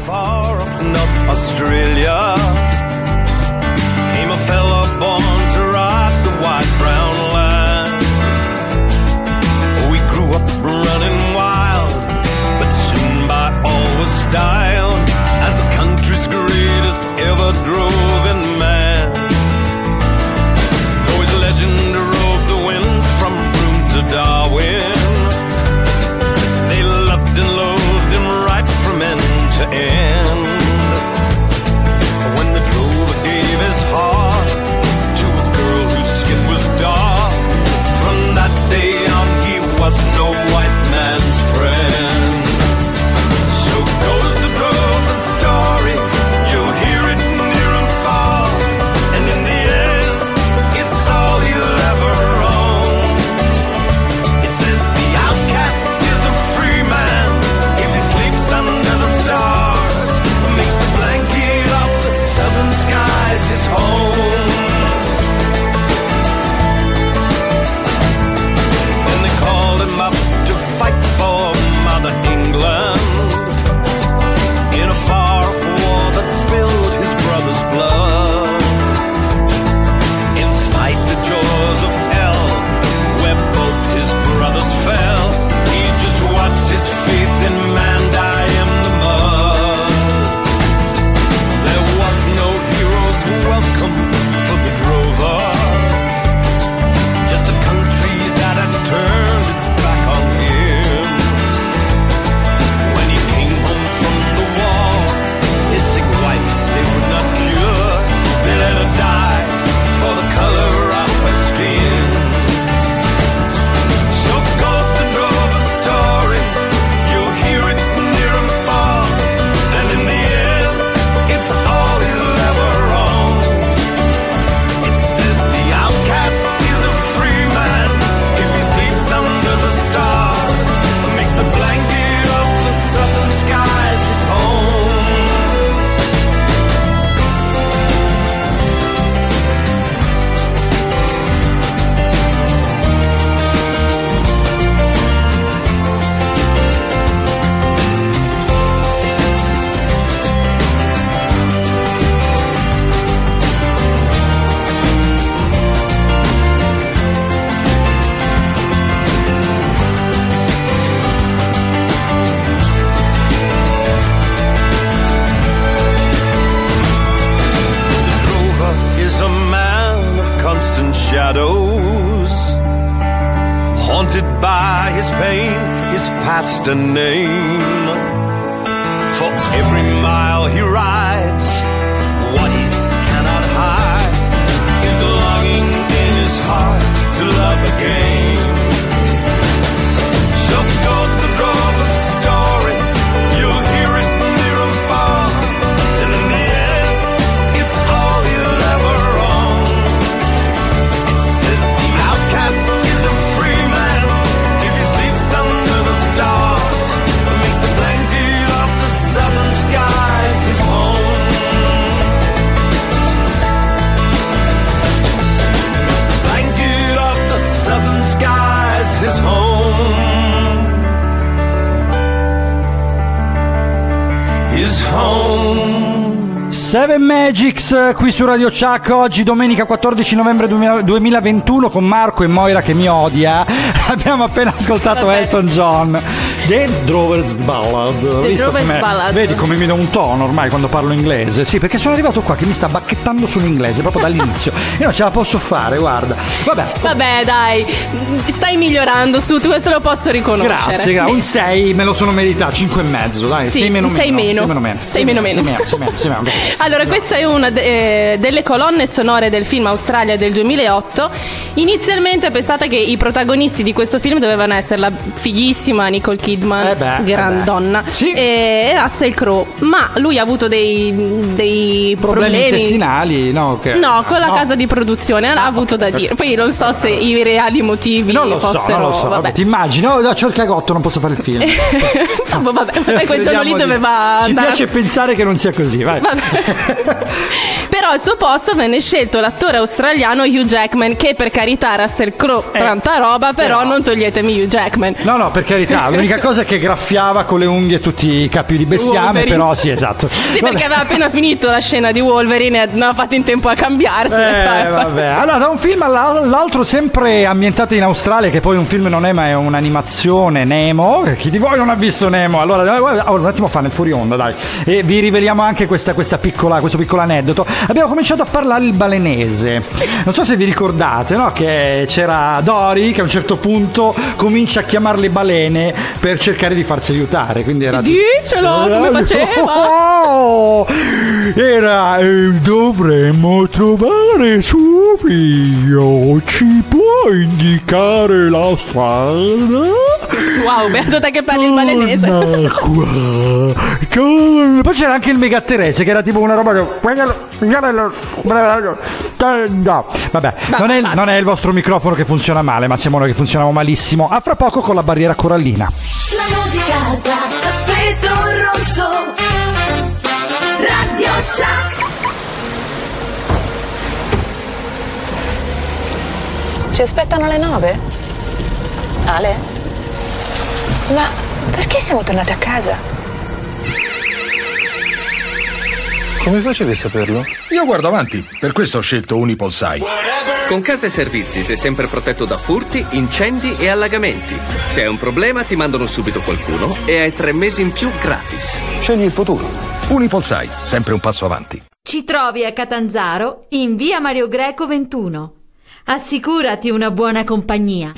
Australia, I'm a fella born to rock the white brown line. We grew up running wild, but soon by all was style as the country's greatest ever drove-in man. Though his legend rode the winds from Broome to Darwin, they loved and loathed him right from end to end. When the drover gave his heart to a girl whose skin was dark, from that day on he was no white man's friend. So goes the drover story, you'll hear it near and far, and in the end, it's all he'll ever own. It says the outcast is a free man if he sleeps under the stars, makes the blanket of the southern skies his home. Then they called him up to fight for Mother England in a far-off war that spilled his brother's blood. Inside the jaws of hell, where both his brothers fell, he just watched his faith in man die in the mud. There was no hero's welcome for the drover, just a country that had turned its back on him. When he came home from the war, his sick wife they would not cure, they let her die for the color of her skin. So goes the drover's story, you'll hear it near and far, and in the end, it's all he'll ever own. It says the outcast is a free man if he sleeps under the stars, makes the blanket of the southern skies his home. The drover is a man of constant shadows, haunted by his pain, his past and name. For every mile he rides, what he cannot hide is the longing in his heart to love again. So goes the drover's story, you'll hear it near and far, and in the end, it's all he'll ever own. It says the outcast is a free man if he sleeps under the stars, makes the blanket of the southern skies his home. Makes the blanket of the southern skies his home. His home. Seven Magics qui su Radio Chuck, oggi domenica quattordici novembre duemilaventuno con Marco e Moira che mi odia. Abbiamo appena ascoltato Vabbè. Elton John, The Drover's Ballad. The Visto Drover's com'è? Ballad. Vedi come mi do un tono ormai quando parlo inglese? Sì, perché sono arrivato qua che mi sta bacchettando sull'inglese proprio dall'inizio. Io non ce la posso fare, guarda. Vabbè. Vabbè, dai, stai migliorando, su questo lo posso riconoscere. Grazie, grazie. Un sei me lo sono meritato, cinque e mezzo, dai, Sì, sei meno un sei meno. meno. sei meno meno. Sei meno meno. sei meno, sei meno, sei meno. Allora, questa è una de- eh, delle colonne sonore del film Australia del duemilaotto. Inizialmente pensate che i protagonisti di questo film dovevano essere la fighissima Nicole Kidman Kidman, Eh beh, gran eh beh. donna, Sì. e Russell Crowe, ma lui ha avuto dei, dei Problemi problemi. intestinali, no? Che... No, con la no. casa di produzione ha avuto da dire. Poi non so se i reali motivi Non lo so, fossero. non lo so. Vabbè. Ti immagini? Oh, c'ho il cagotto, non posso fare il film. No, vabbè, vabbè, quel giorno lì Crediamo di- doveva Ci andare. piace pensare che non sia così, vai. Però al suo posto venne scelto l'attore australiano Hugh Jackman, che per carità Russell Crowe tanta roba, però, però- non toglietemi Hugh Jackman. No, no, per carità, l'unica cosa è che graffiava con le unghie tutti i capi di bestiame, Wolverine. però sì, esatto. Sì, perché aveva appena finito la scena di Wolverine e non ha fatto in tempo a cambiarsi. Eh, vabbè. Allora, da un film all'altro, sempre ambientato in Australia, che poi un film non è, ma è un'animazione, Nemo. Chi di voi non ha visto Nemo? Allora, guarda, un attimo fa nel fuori onda, dai. E vi riveliamo anche questa, questa piccola, questo piccolo aneddoto. Abbiamo cominciato a parlare il balenese. Non so se vi ricordate, no? Che c'era Dory che a un certo punto comincia a chiamare le balene per cercare di farsi aiutare. Quindi era. Dicelo, come faceva? Oh, era eh, dovremmo trovare suo figlio, ci può indicare la strada? Wow, beato te che parli il balenese. Torna qua, con- Poi c'era anche il megatterese che era tipo una roba che... No, vabbè, non è, il- non è il vostro microfono che funziona male, ma siamo noi che funzioniamo malissimo. A fra poco con la barriera corallina. La musica da tappeto rosso. Radio Chuck. Ci aspettano alle nove? Ale? Ma perché siamo tornati a casa? Come facevi a saperlo? Io guardo avanti, per questo ho scelto Unipolsai. Con Casa e Servizi sei sempre protetto da furti, incendi e allagamenti. Se hai un problema ti mandano subito qualcuno e hai tre mesi in più gratis. Scegli il futuro. Unipolsai, sempre un passo avanti. Ci trovi a Catanzaro in via Mario Greco ventuno. Assicurati una buona compagnia.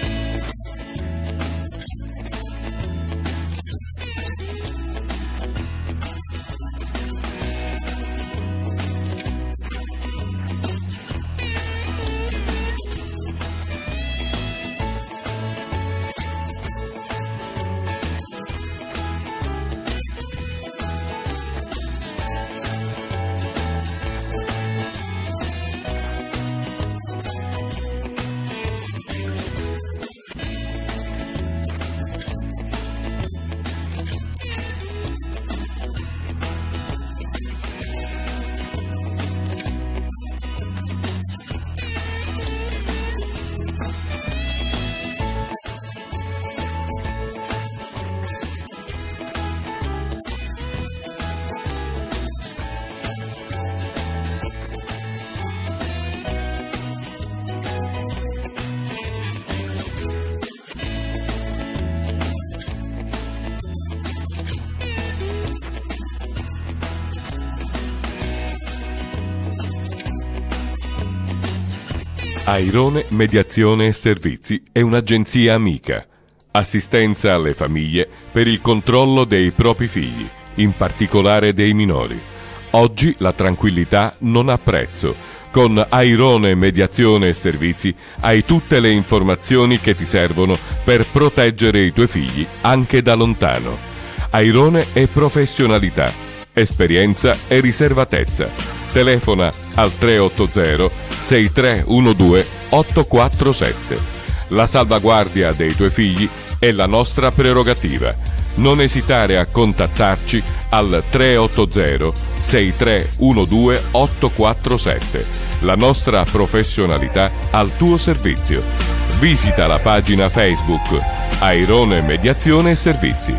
Airone Mediazione e Servizi è un'agenzia amica. Assistenza alle famiglie per il controllo dei propri figli, in particolare dei minori. Oggi la tranquillità non ha prezzo. Con Airone Mediazione e Servizi hai tutte le informazioni che ti servono per proteggere i tuoi figli anche da lontano. Airone è professionalità, esperienza e riservatezza. Telefona al tre otto zero sei tre uno due otto quattro sette. La salvaguardia dei tuoi figli è la nostra prerogativa. Non esitare a contattarci al tre otto zero sei tre uno due otto quattro sette. La nostra professionalità al tuo servizio. Visita la pagina Facebook Airone Mediazione e Servizi.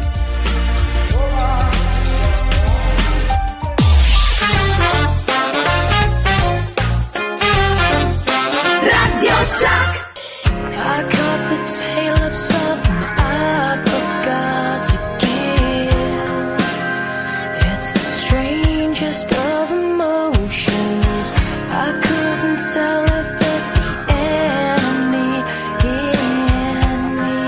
I caught the tail of something I forgot to give. It's the strangest of emotions. I couldn't tell if it's the enemy in me.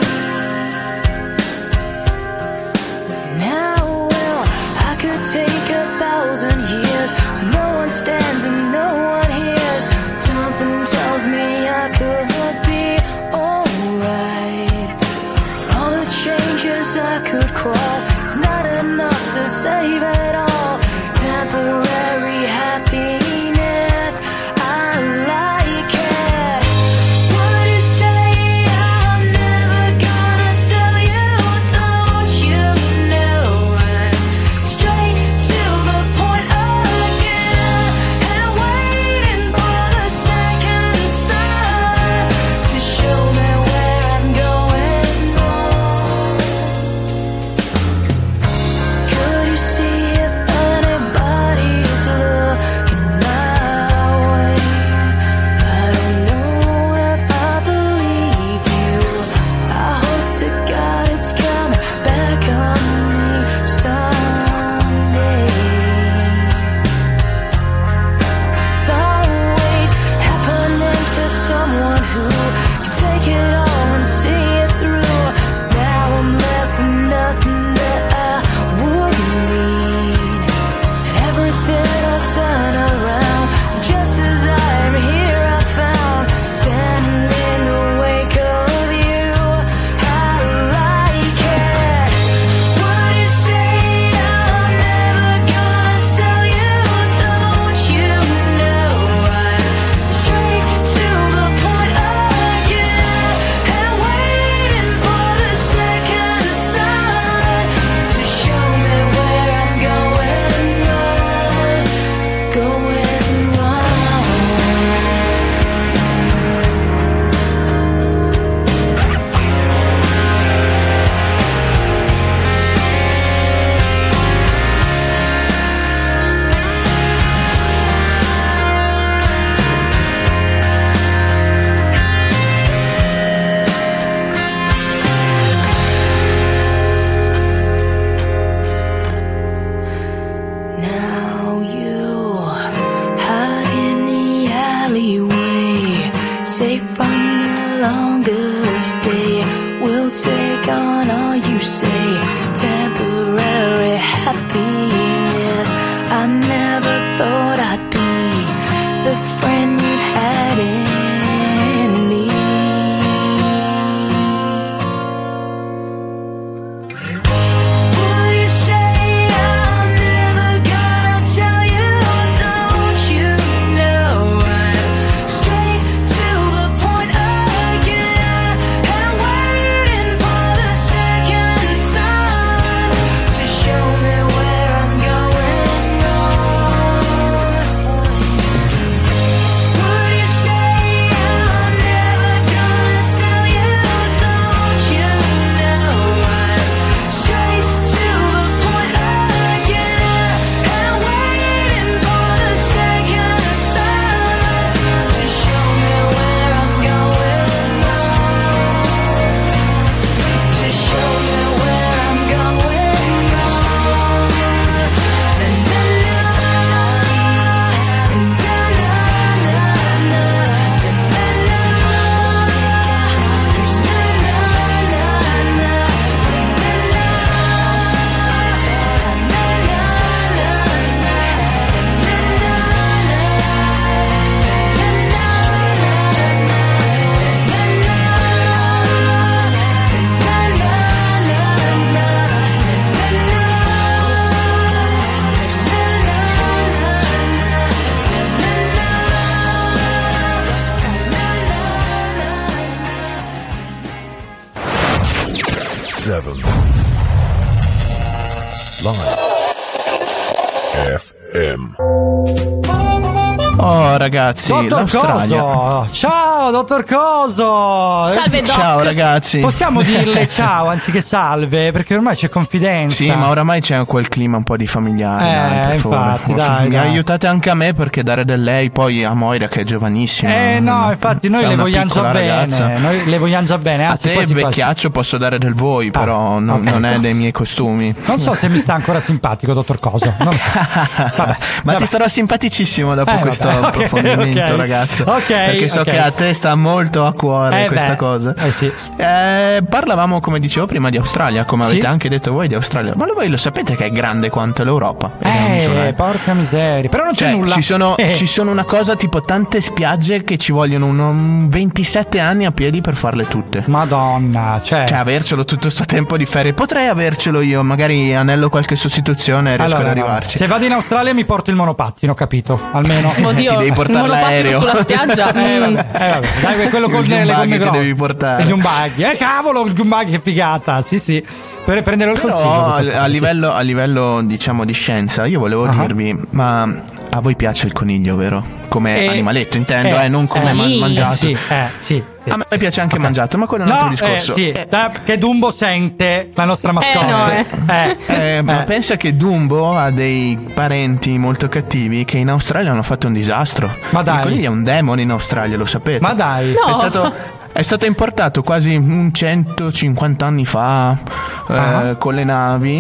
Now, well, I could take a thousand years. No one stands and no one hears. Something tells me I could be alright. All the changes I could save it all. Temporary happiness, I like it. What do you say? I'm never gonna tell you, don't you know? I'm straight to the point again, and waiting for the second sign to show me where I'm going wrong. Could you see if anybody's looking my way? I don't know if I believe you. I hope to God it's coming back on me someday. It's always happening to someone who can take it all and see it through. Now I'm left with nothing that I wouldn't need. And everything I've turned around, just as I'm here I found, standing in the wake of you. I like it. What do you say? I'm never gonna tell you, don't you know? I'm straight to the point again, and waiting for the second sign to show me where I'm going wrong, going wrong. Now you hide in the alleyway, safe from the longest day. We'll take on all you say, temporary happiness. I never thought I'd be the friend you had in me. What do you say? I'm never gonna tell you, don't you know? I'm straight to the point again, and waiting for the second sign to show me where I'm going wrong. What do you say? I'm never gonna tell you, don't you know? I'm straight to the point again, and waiting for the second sign to show me where I'm going wrong, to show me where I'm going wrong. And seven Live F M. Oh ragazzi, Dottor l'Australia. Coso! Ciao, dottor Coso! Salve, Doc. Ciao ragazzi. Possiamo dirle ciao anziché salve, perché ormai c'è confidenza. Sì, ma oramai c'è quel clima un po' di familiare. Eh, dai, per favore. infatti, dai, Mi dai. aiutate anche a me, perché dare del lei poi a Moira che è giovanissima. Eh no, infatti noi è le una vogliamo già piccola bene. ragazza. Noi le vogliamo già bene, A anzi te poi si fa- vecchiaccio posso dare del voi, però non, ok, non è cosa? dei miei costumi. Non so se mi sta ancora simpatico, dottor Coso. Non lo so. Vabbè, Ma vabbè. ti starò simpaticissimo dopo Eh, questo vabbè, ok, approfondimento, ok. ragazzo. Ok, perché so ok. che a te sta molto a cuore Eh, questa beh, cosa. eh sì. Eh, parlavamo, come dicevo prima, di Australia, come Sì. avete anche detto voi di Australia. Ma voi lo sapete che è grande quanto l'Europa? Ed è un'isola, Eh, eh. porca miseria. Però non c'è Cioè, nulla. Ci sono, Eh. ci sono una cosa tipo tante spiagge che ci vogliono un- un ventisette anni a piedi per farle tutte. notte. Madonna, cioè... Cioè, avercelo tutto sto tempo di ferie. Potrei avercelo io, magari anello qualche sostituzione e riesco Allora, ad no. arrivarci. Se vado in Australia mi porto il monopattino, capito? Almeno. Oddio, Ti devi portare un monopattino l'aereo. sulla spiaggia. Eh vabbè, eh, vabbè. Dai, quello con Il le, le Gumbaghi gomme che grosse. devi portare. Il Gumbaghi. Eh cavolo, il Gumbaghi, che figata. Sì, sì. Per prendere il Però, consiglio. a, dottor a Cassi. livello, a livello diciamo di scienza, io volevo Ah. dirvi, ma a voi piace il coniglio, vero? Come Eh, animaletto intendo, eh, eh, non come sì. man- mangiato. Eh, sì, eh, sì, sì. A me piace anche Ok. mangiato, ma quello è un altro No, discorso. eh, sì, da- che Dumbo sente la nostra mascotte. no, eh. Eh, Eh, ma eh. pensa che Dumbo ha dei parenti molto cattivi che in Australia hanno fatto un disastro. Ma dai. Il coniglio è un demone in Australia, lo sapete? Ma dai. No. È stato, è stato importato quasi un centocinquanta anni fa eh, Ah. con le navi.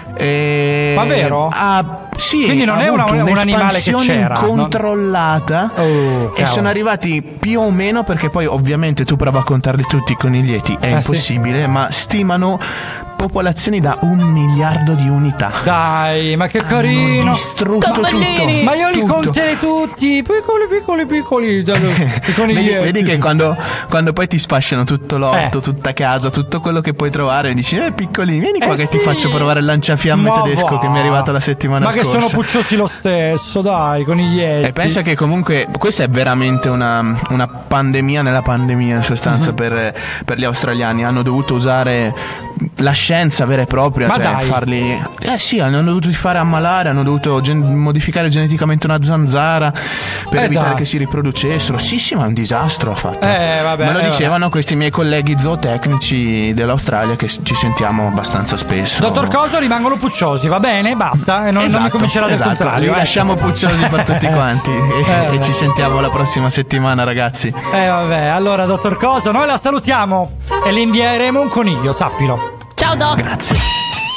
E Ma vero? ha, sì, Quindi non ha è una- avuto un animale che un'espansione c'era, non- incontrollata. Oh, e cavolo. sono arrivati più o meno, perché poi ovviamente tu prova a contarli tutti i coniglietti, è Eh, impossibile, ma stimano popolazioni da un miliardo di unità. Dai, ma che carino. Distrutto Cavallini. tutto. Ma io li tutto. conterei tutti. Piccoli, piccoli, piccoli. I Vedi, coniglietti. vedi che quando, quando poi ti sfasciano tutto l'orto, Eh. tutta casa, tutto quello che puoi trovare, dici, eh piccolini, vieni qua Eh, che sì. ti faccio provare il lanciafiamme Ma tedesco va. che mi è arrivato la settimana Ma che scorsa. sono pucciosi lo stesso, dai, coniglietti. E pensa che comunque questa è veramente una, una pandemia nella pandemia, in sostanza, Mhm. per, per gli australiani. Hanno dovuto usare la scienza vera e propria, Ma cioè dai. farli. Eh sì, hanno dovuto fare ammalare, hanno dovuto gen- modificare geneticamente una zanzara per Eh evitare dai. che si riproducessero. Sì, sì, ma è un disastro ha fatto. Eh, vabbè, Me lo eh, dicevano questi miei colleghi zootecnici dell'Australia, che s- ci sentiamo abbastanza spesso. Dottor Coso, rimangono pucciosi, va bene, basta. E non, non mi Esatto, comincerà del esatto. contrario. Li eh. lasciamo pucciosi per tutti quanti e, Eh, e ci sentiamo la prossima settimana, ragazzi. Eh vabbè, allora dottor Coso, noi la salutiamo e le invieremo un coniglio, sappilo. Ciao Doc. Grazie.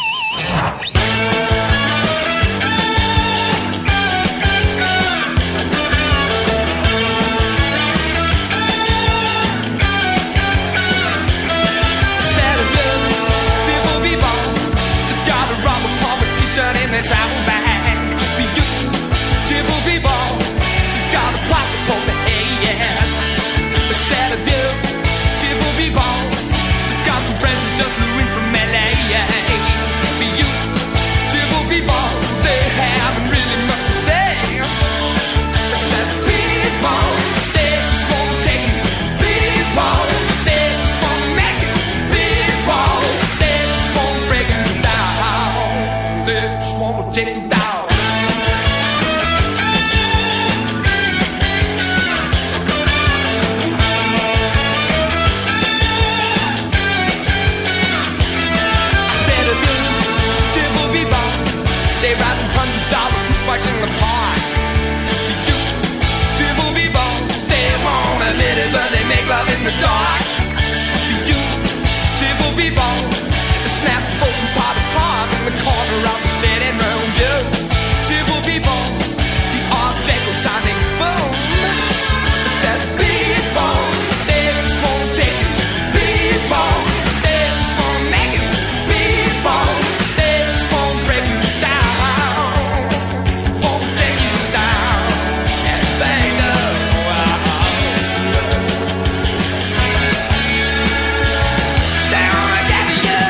Take it down. I said a good devil be bought. They ride two hundred dollar push bikes in the park. You devil be bought. They won't admit it, but they make love in the dark. You devil be bought. Snap folks and pot apart in the corner of the sitting room. You devil be bought. The art deco sounding boom. I said please ball. They just won't take it. Please ball. They just won't make it. Please ball. They just won't break you down. Won't take you down. As they go. Down again to you.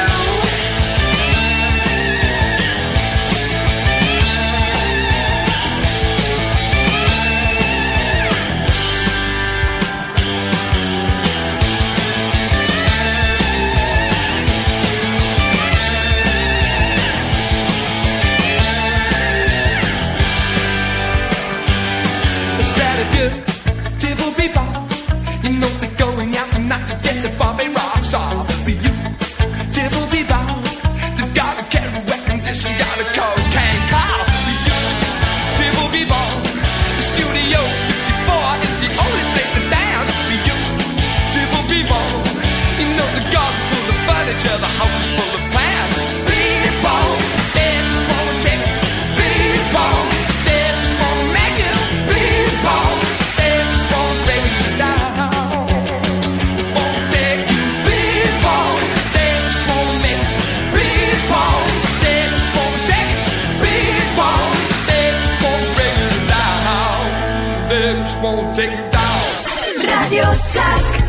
Instead of good, devil be bought. You know they're going out tonight to get the Bombay rocks off. But you, devil be bought. They've got a Kerouac condition, got a cocaine call. But you, devil be bought. The Studio fifty-four is the only thing to dance. But you, devil be bought. You know the garden's full of furniture, the house is full of plants. Be ball, they just wanna take it. Be ball, they just wanna make it. Be ball, they just wanna break you down. They won't take you. Be ball, they just wanna make it. Be ball, they just wanna take it. Be ball, they just wanna break you down. They just wanna take you down. Radio Jack.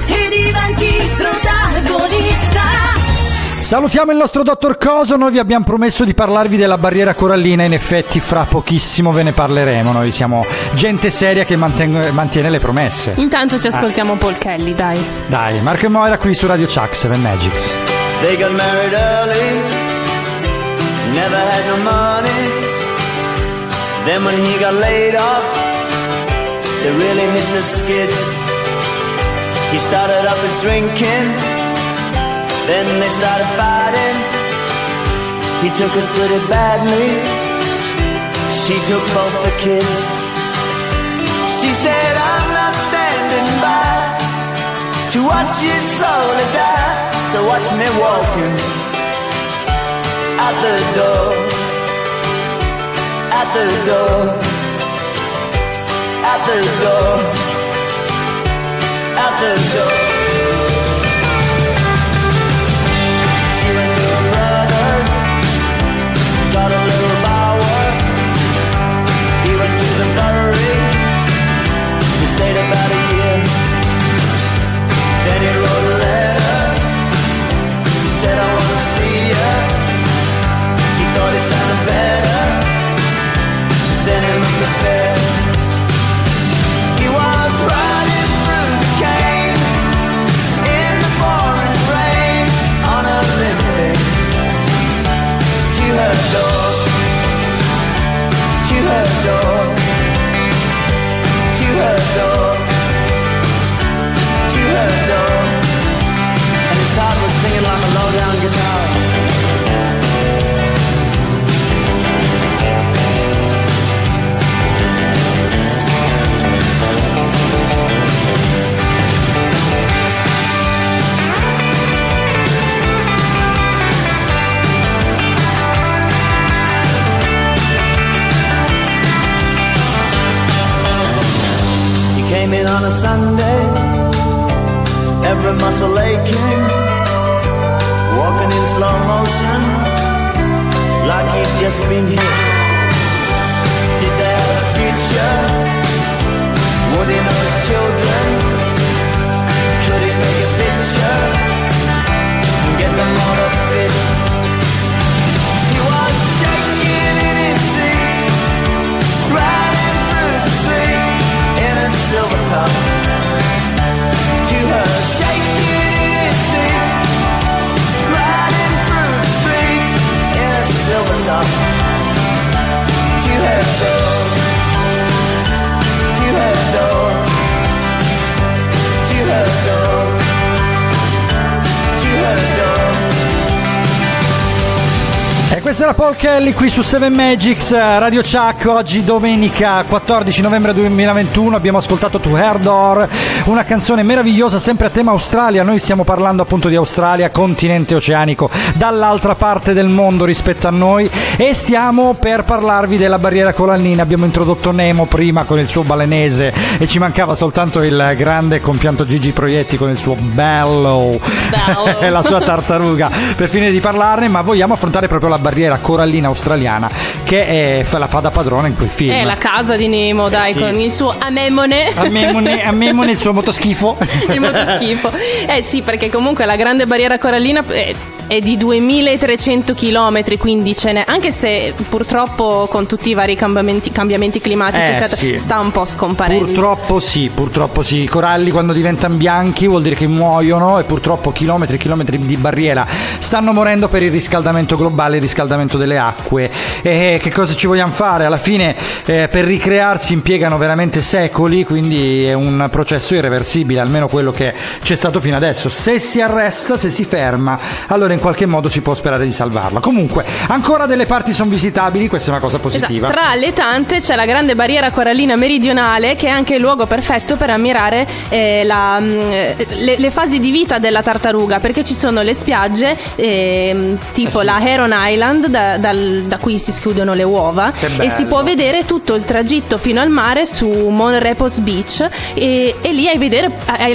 e diventi protagonista. Salutiamo il nostro dottor Coso, noi vi abbiamo promesso di parlarvi della barriera corallina, in effetti fra pochissimo ve ne parleremo, noi siamo gente seria che mantiene, mantiene le promesse. Intanto ci ascoltiamo ah. Paul Kelly, dai. Dai, Marco e Moira qui su Radio Chuck, Seven Magics. They got married early, never had no money. Then when he got laid off, they really hit the skids. He started up his drinking, then they started fighting. He took it pretty badly, she took both the kids. She said, I'm not standing by to watch you slowly die. So watch me walking out the door, out the door, out the door, out the door. She went to her brother's, got a little bower. He went to the buttery, he stayed about a year. Then he wrote a letter, he said I wanna see ya. She thought it sounded better, she sent him up the fair. He was riding through the cane in the pouring rain on a limousine to her door, to her door, to her door, to her door. And his heart was singing like a low-down guitar. Came in on a Sunday, every muscle aching, walking in slow motion, like he'd just been hit. Did they have a future? Would he know his children? Could he make a picture and get them all to fit? He was shaking in his seat, riding through the streets in a silver top, to her shaking in his seat, riding through the streets in a silver top, to her door, to her door, to her door, to her door. E questa era Paul Kelly qui su Seven Magics, Radio Chuck. Oggi domenica quattordici novembre duemilaventuno abbiamo ascoltato To Her Door, una canzone meravigliosa sempre a tema Australia. Noi stiamo parlando appunto di Australia, continente oceanico dall'altra parte del mondo rispetto a noi, e stiamo per parlarvi della barriera corallina. Abbiamo introdotto Nemo prima con il suo balenese e ci mancava soltanto il grande compianto Gigi Proietti con il suo bello, bello. e la sua tartaruga per finire di parlarne, ma vogliamo affrontare proprio la barriera corallina australiana che è, la fa da padrone in quel film. È la casa di Nemo, dai, eh sì. Con il suo Amemone. Amemone, Amemone, il suo motoschifo. Il motoschifo. Eh sì, perché comunque la grande barriera corallina è, è di duemilatrecento chilometri, quindi ce n'è, anche se purtroppo con tutti i vari cambiamenti, cambiamenti climatici, eh, eccetera, sì. sta un po' scomparendo. Purtroppo sì, purtroppo sì. I coralli quando diventano bianchi vuol dire che muoiono, e purtroppo chilometri e chilometri di barriera stanno morendo per il riscaldamento globale, il riscaldamento delle acque. E che cosa ci vogliamo fare? Alla fine eh, per ricrearsi impiegano veramente secoli, quindi è un processo irreversibile, almeno quello che c'è stato fino adesso. Se si arresta, se si ferma, allora in qualche modo si può sperare di salvarla. Comunque ancora delle parti sono visitabili, questa è una cosa positiva. Esatto. Tra le tante c'è la grande barriera corallina meridionale, che è anche il luogo perfetto per ammirare eh, la, le, le fasi di vita della tartaruga, perché ci sono le spiagge eh, tipo eh sì. la Heron Island, da, dal, da cui si schiudono le uova, e si può vedere tutto il tragitto fino al mare su Mon Repos Beach, e, e lì hai, vedere, hai la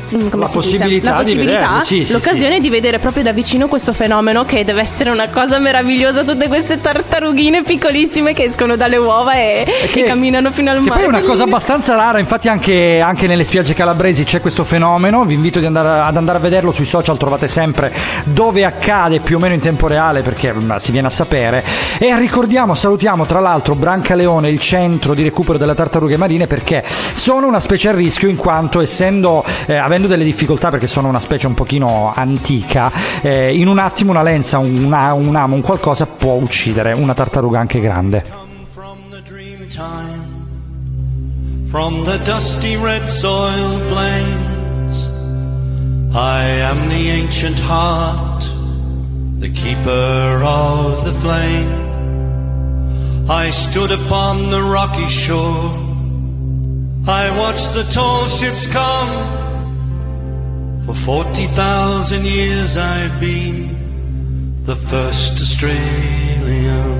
come La si possibilità dice? La di possibilità, vederli, sì, sì, l'occasione di vedere proprio da vicino questo fenomeno, che deve essere una cosa meravigliosa, tutte queste tartarughine piccolissime che escono dalle uova e, che, e camminano fino al che mare. poi è una cosa abbastanza rara, infatti anche, anche nelle spiagge calabresi c'è questo fenomeno. Vi invito ad andare, ad andare a vederlo sui social, trovate sempre dove accade più o meno in tempo reale, perché ma, si viene a sapere. E ricordiamo, salutiamo tra l'altro Brancaleone, il centro di recupero delle tartarughe marine, perché sono una specie a rischio, in quanto essendo eh, avendo delle difficoltà perché sono una specie un pochino antica, eh, in un attimo una lenza, una, un amo, un qualcosa può uccidere una tartaruga anche grande. From the dusty red soil plains, I am the ancient heart, the keeper of the flame. I stood upon the rocky shore, I watched the tall ships come. For forty thousand years I've been the first Australian.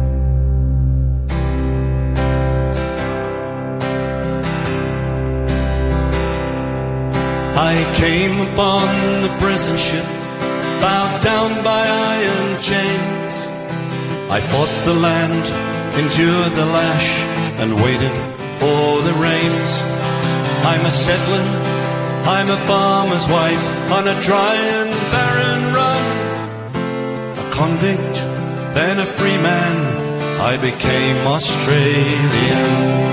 I came upon the prison ship, bowed down by iron chains. I fought the land, endured the lash, and waited for the rains. I'm a settler, I'm a farmer's wife on a dry and barren run. A convict, then a free man, I became Australian.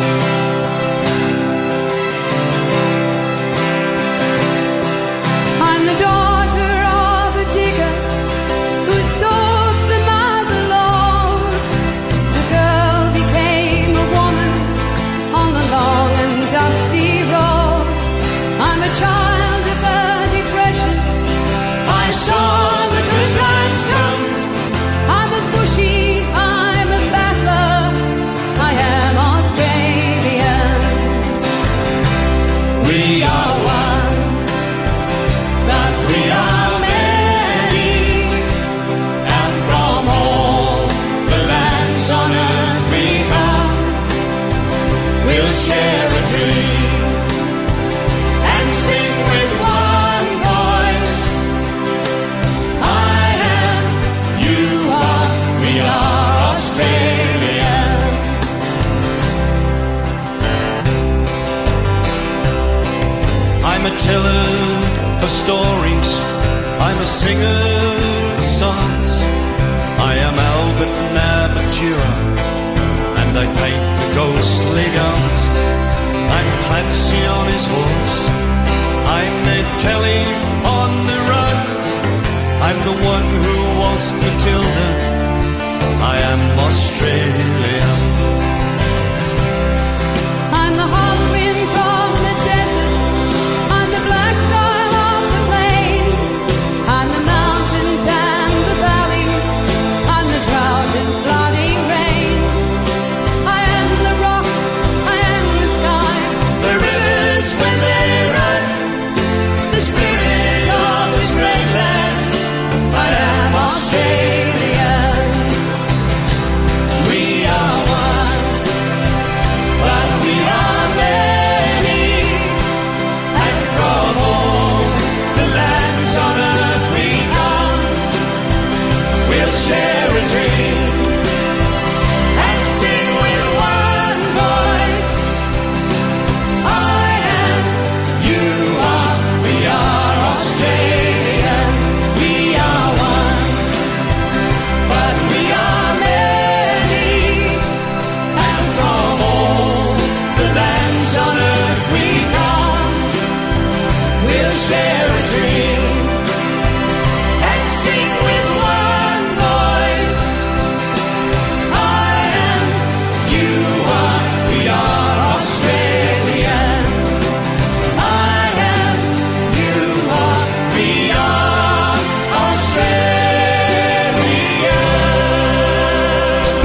I'm the daughter of a digger who sought the mother Lord. The girl became a woman on the long and dusty road. I'm a child of the depression, I saw the good times come. I'm a bushy, I'm a battler, I am Australian. We are one, but we are many, and from all the lands on earth we come. We'll share a dream and sing with one voice. I am, you are, we are Australian. I'm a teller of stories, I'm a singer of songs. I am Albert Namatjira, and I paint the ghostly guns. I'm Clancy on his horse, I'm Ned Kelly on the run. I'm the one who waltzed Matilda, I am Australian. I'm the hot wind from the desert, I'm the black soil of the plains, I'm the mountains and the valleys, I'm the drought and flooding rains. I am the rock, I am the sky, The rivers when they run, the spirit of this great land. I am Australia.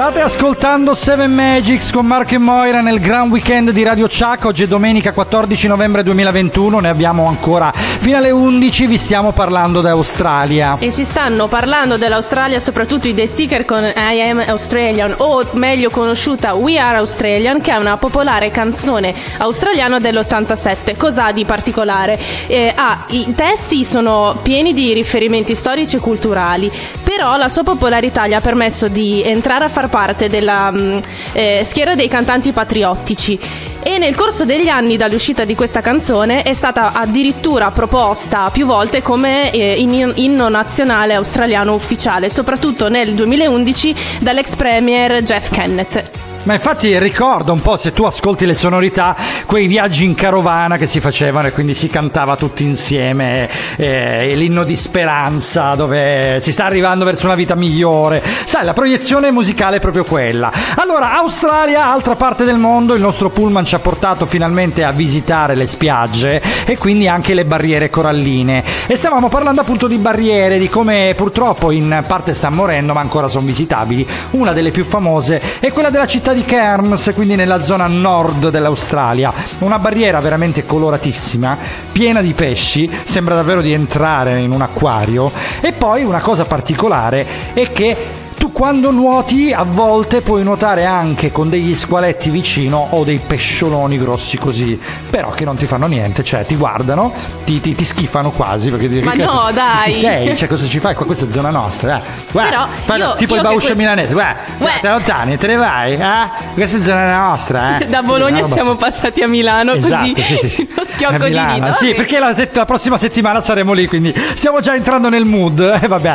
State ascoltando Seven Magics con Marco e Moira nel Gran Weekend di Radio Chuck. Oggi è domenica quattordici novembre duemilaventuno, ne abbiamo ancora fino alle undici. Vi stiamo parlando d'Australia. E ci stanno parlando dell'Australia soprattutto i The Seeker con I Am Australian, o meglio conosciuta We Are Australian, che è una popolare canzone australiana dell'ottantasette. Cos'ha di particolare? Eh, ah, i testi sono pieni di riferimenti storici e culturali, però la sua popolarità gli ha permesso di entrare a far parte della mh, eh, schiera dei cantanti patriottici, e nel corso degli anni dall'uscita di questa canzone è stata addirittura proposta più volte come eh, in, inno nazionale australiano ufficiale, soprattutto nel duemilaundici dall'ex premier Jeff Kennett. Ma infatti ricorda un po', se tu ascolti le sonorità, quei viaggi in carovana che si facevano e quindi si cantava tutti insieme, eh, l'inno di speranza dove si sta arrivando verso una vita migliore. Sai, la proiezione musicale è proprio quella. Allora, Australia, altra parte del mondo, il nostro pullman ci ha portato finalmente a visitare le spiagge e quindi anche le barriere coralline. E stavamo parlando appunto di barriere, di come purtroppo in parte stanno morendo ma ancora sono visitabili. Una delle più famose è quella della città di Cairns, quindi nella zona nord dell'Australia. Una barriera veramente coloratissima, piena di pesci, sembra davvero di entrare in un acquario. E poi una cosa particolare è che tu quando nuoti a volte puoi nuotare anche con degli squaletti vicino o dei pescioloni grossi così, però che non ti fanno niente, cioè ti guardano, ti, ti, ti schifano quasi perché ma che no, cazzo, dai, chi sei? Cioè cosa ci fai qua? Questa è zona nostra, eh. Guarda, però io, tipo io il Bauscia que- milanese, guarda, Uè. te lontani, te ne vai, eh? Questa è zona nostra, eh. Da Bologna Roba- siamo passati a Milano, Esatto, così sì, sì, sì. lo schiocco A di Milano, dito. sì, perché la, set- la prossima settimana saremo lì, quindi stiamo già entrando nel mood, eh, vabbè.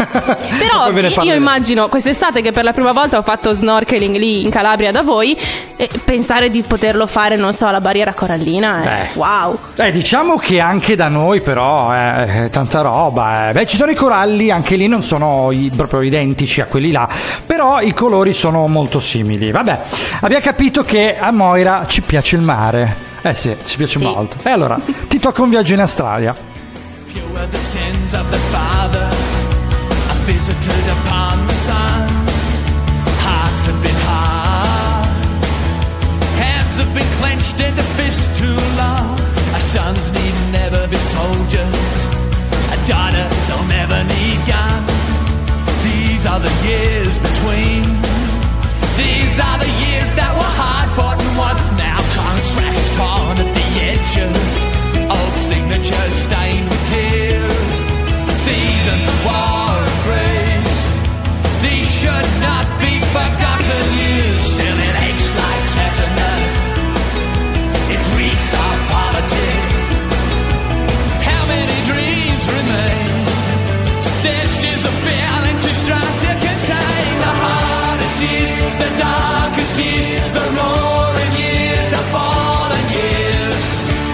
Però Poi ve ne io parleremo. immagino quest'estate che per la prima volta ho fatto snorkeling lì in Calabria da voi, e pensare di poterlo fare, non so, alla barriera corallina, eh. Eh. Wow. Eh, diciamo che anche da noi però è tanta roba. Eh. Beh, ci sono i coralli, anche lì non sono i- proprio identici a quelli là, però i colori sono molto simili. Vabbè, abbiamo capito che a Moira ci piace il mare. Eh sì, ci piace Sì. molto. E allora, ti tocca un viaggio in Australia. Few are the sins of the father, a visited upon the son. Hearts have been hard, hands have been clenched in the fist too long. Our sons need never be soldiers, our daughters will never need guns. These are the years between, these are the years that were hard fought and won. Now contrast torn at the edges, old signatures stained with tears, seasons of war and grace. These should not be forgotten years. Still it aches like tetanus, it reeks of politics. How many dreams remain? This is a feeling too strong to contain. The hardest years, the darkest years, the roaring years, the fallen years.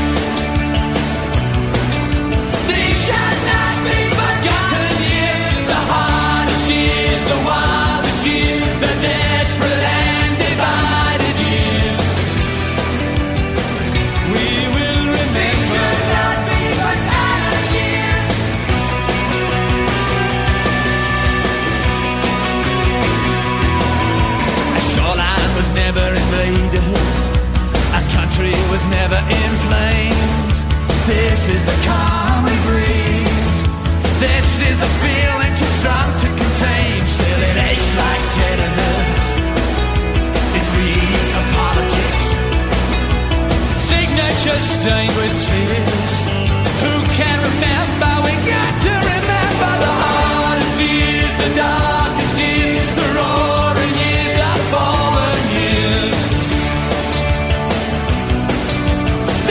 These should not be forgotten years. The hardest years, the wildest years, the desperate and divided years. We will remember. These should not be forgotten years. Our shoreline was never invaded, our country was never in flames. This is the calm we breathe, this is a feeling too strong to contain. Still it aches like tetanus, it reeks of politics. Signatures stained with tears, who can remember? We got to remember the hardest years, the darkest years, the roaring years, the fallen years.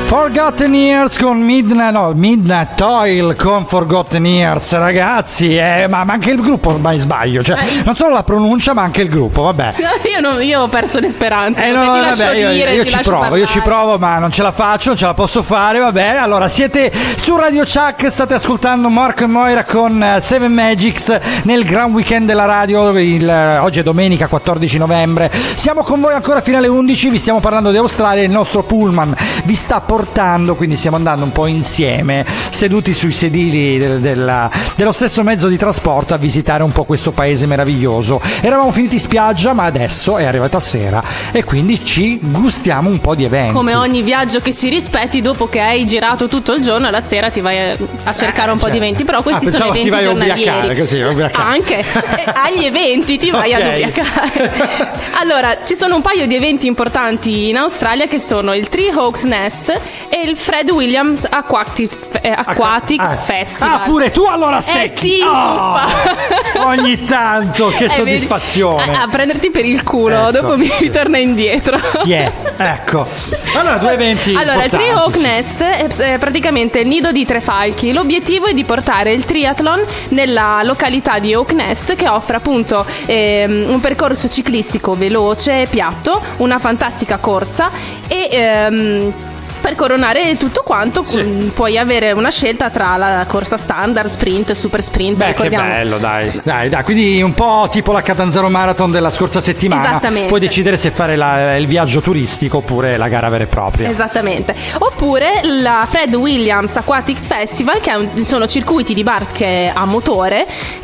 Forgotten Years con Midnight, no, Midnight Oil con Forgotten Years, ragazzi, eh, ma, ma anche il gruppo ormai sbaglio, cioè Eh, non solo la pronuncia ma anche il gruppo, vabbè. Io, non- io ho perso le speranze. Eh, ti no, no, lascio vabbè, io, dire, io ti ci lascio provo, parlare. io ci provo, ma non ce la faccio, non ce la posso fare, vabbè. Allora, siete su Radio Chuck, state ascoltando Marco e Moira con eh, Seven Magics nel gran weekend della radio. Il, eh, oggi è domenica quattordici novembre. Siamo con voi ancora fino alle undici, vi stiamo parlando di Australia, il nostro pullman vi sta portando, quindi stiamo andando un po' insieme, seduti sui sedili del- della- dello stesso mezzo di trasporto, a visitare un po' questo paese meraviglioso. Eravamo finiti in spiaggia, ma adesso è arrivata sera e quindi ci gustiamo un po' di eventi. Come ogni viaggio che si rispetti, dopo che hai girato tutto il giorno, la sera ti vai a a cercare un po' cioè- di eventi. Però questi Ah, sono pensavo ti eventi vai a ubriacare, giornalieri. così, a ubriacare. Anche eh, agli eventi ti vai Ok. ad ubriacare. Allora, ci sono un paio di eventi importanti in Australia che sono il Three Hawks Nest e il Fred Williams Aquatic, eh, Aquatic Ah, Festival. ah, pure tu allora stecchi. Eh sì, Oh, ogni tanto, che Eh, soddisfazione. vedi? A, a prenderti per il culo, Ecco, dopo mi ritorna indietro. Chi è? Ecco. Allora, due eventi Allora, il Three Hawk importanti, sì. Nest è è praticamente il nido di tre falchi. L'obiettivo è di portare il triathlon nella località di Hawk Nest, che offre appunto ehm, un percorso ciclistico veloce e piatto, una fantastica corsa e ehm, per coronare tutto quanto cu- puoi avere una scelta tra la corsa standard, sprint, super sprint. Beh, che ricordiamo. bello, dai. Dai, dai. Quindi un po' tipo la Catanzaro Marathon della scorsa settimana. Esattamente. Puoi decidere se fare la- il viaggio turistico oppure la gara vera e propria. Esattamente. Oppure la Fred Williams Aquatic Festival, che è un- sono circuiti di barche a motore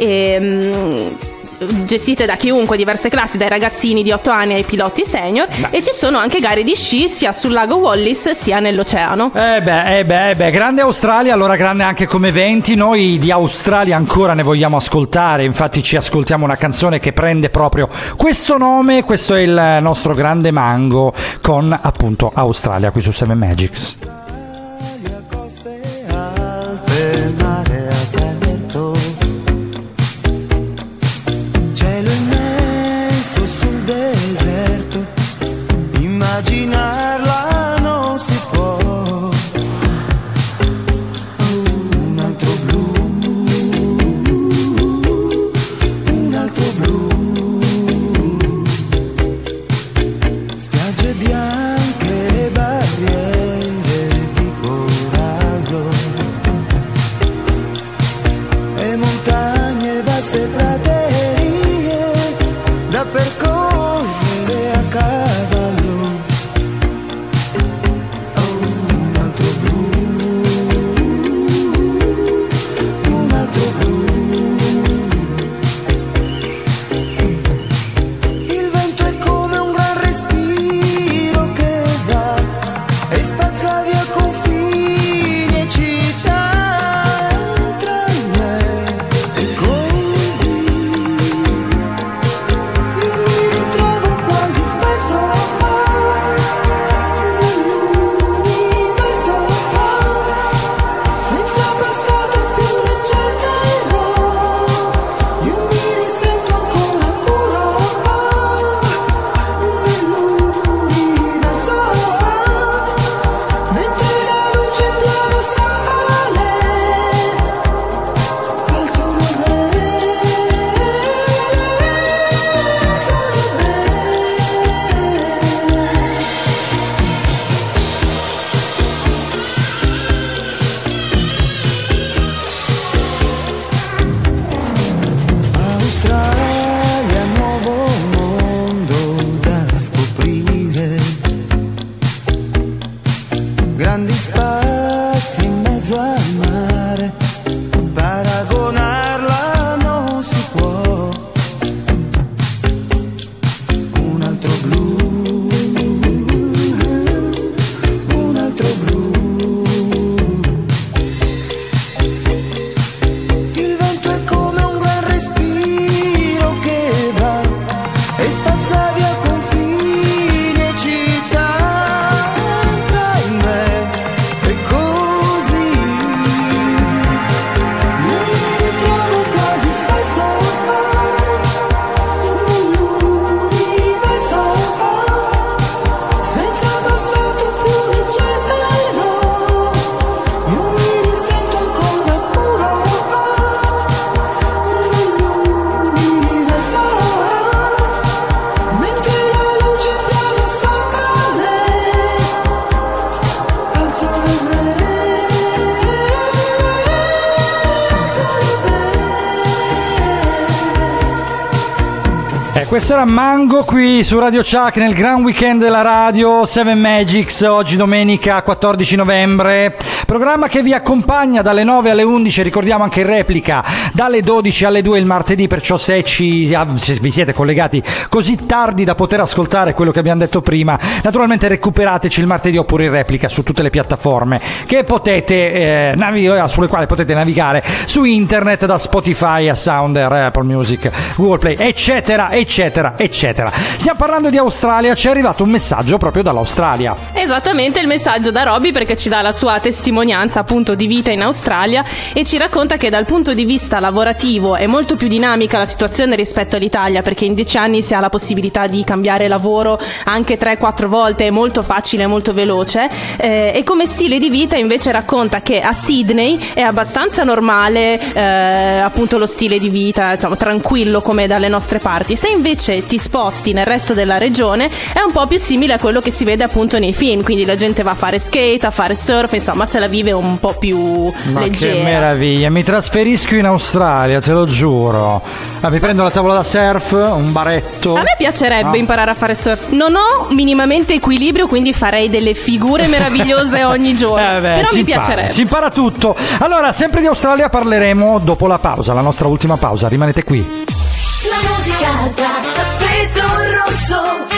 ehm, gestite da chiunque, diverse classi, dai ragazzini di otto anni ai piloti senior. E ci sono anche gare di sci sia sul lago Wallis sia nell'oceano. Eh beh, eh beh, eh beh, grande Australia, allora grande anche come eventi. Noi di Australia ancora ne vogliamo ascoltare, infatti ci ascoltiamo una canzone che prende proprio questo nome. Questo è il nostro grande Mango con appunto Australia qui su Seven Magics. Alte, mare aperto, cielo immenso sul deserto, immaginarla non si può. Un altro blu, un altro blu, spiagge bianche e barriere di corallo, e montagne, vaste praterie da percorrere a cavallo. Oh, un altro blu, un altro blu. Il vento è come un gran respiro che va e spazza via confini e città tra me e così. Io mi Questo era Mango qui su Radio Chuck nel gran weekend della radio Seven Magics, oggi domenica quattordici novembre, programma che vi accompagna dalle nove alle undici, ricordiamo anche in replica dalle dodici alle due il martedì, perciò se, ci, se vi siete collegati così tardi da poter ascoltare quello che abbiamo detto prima, naturalmente recuperateci il martedì oppure in replica su tutte le piattaforme che potete eh, navigare, sulle quali potete navigare su internet, da Spotify a Sounder, Apple Music, Google Play, eccetera eccetera eccetera. Stiamo parlando di Australia, ci è arrivato un messaggio proprio dall'Australia. Esattamente, il messaggio da Robby, perché ci dà la sua testimonianza appunto di vita in Australia e ci racconta che dal punto di vista lavorativo è molto più dinamica la situazione rispetto all'Italia, perché in dieci anni si ha la possibilità di cambiare lavoro anche tre quattro volte, è molto facile, molto veloce, eh, e come stile di vita invece racconta che a Sydney è abbastanza normale eh, appunto lo stile di vita, insomma tranquillo come dalle nostre parti. Se invece ti sposti nel resto della regione è un po' più simile a quello che si vede appunto nei film, quindi la gente va a fare skate, a fare surf, insomma se la vive un po' più Ma leggera. Che meraviglia, mi trasferisco in Australia, te lo giuro. Ah, mi prendo la tavola da surf, un baretto. A me piacerebbe no? imparare a fare surf. Non ho minimamente equilibrio, quindi farei delle figure meravigliose ogni giorno. Eh beh, Però si mi impara, piacerebbe. Si impara tutto. Allora, sempre di Australia parleremo dopo la pausa, la nostra ultima pausa. Rimanete qui. La musica da tappeto rosso.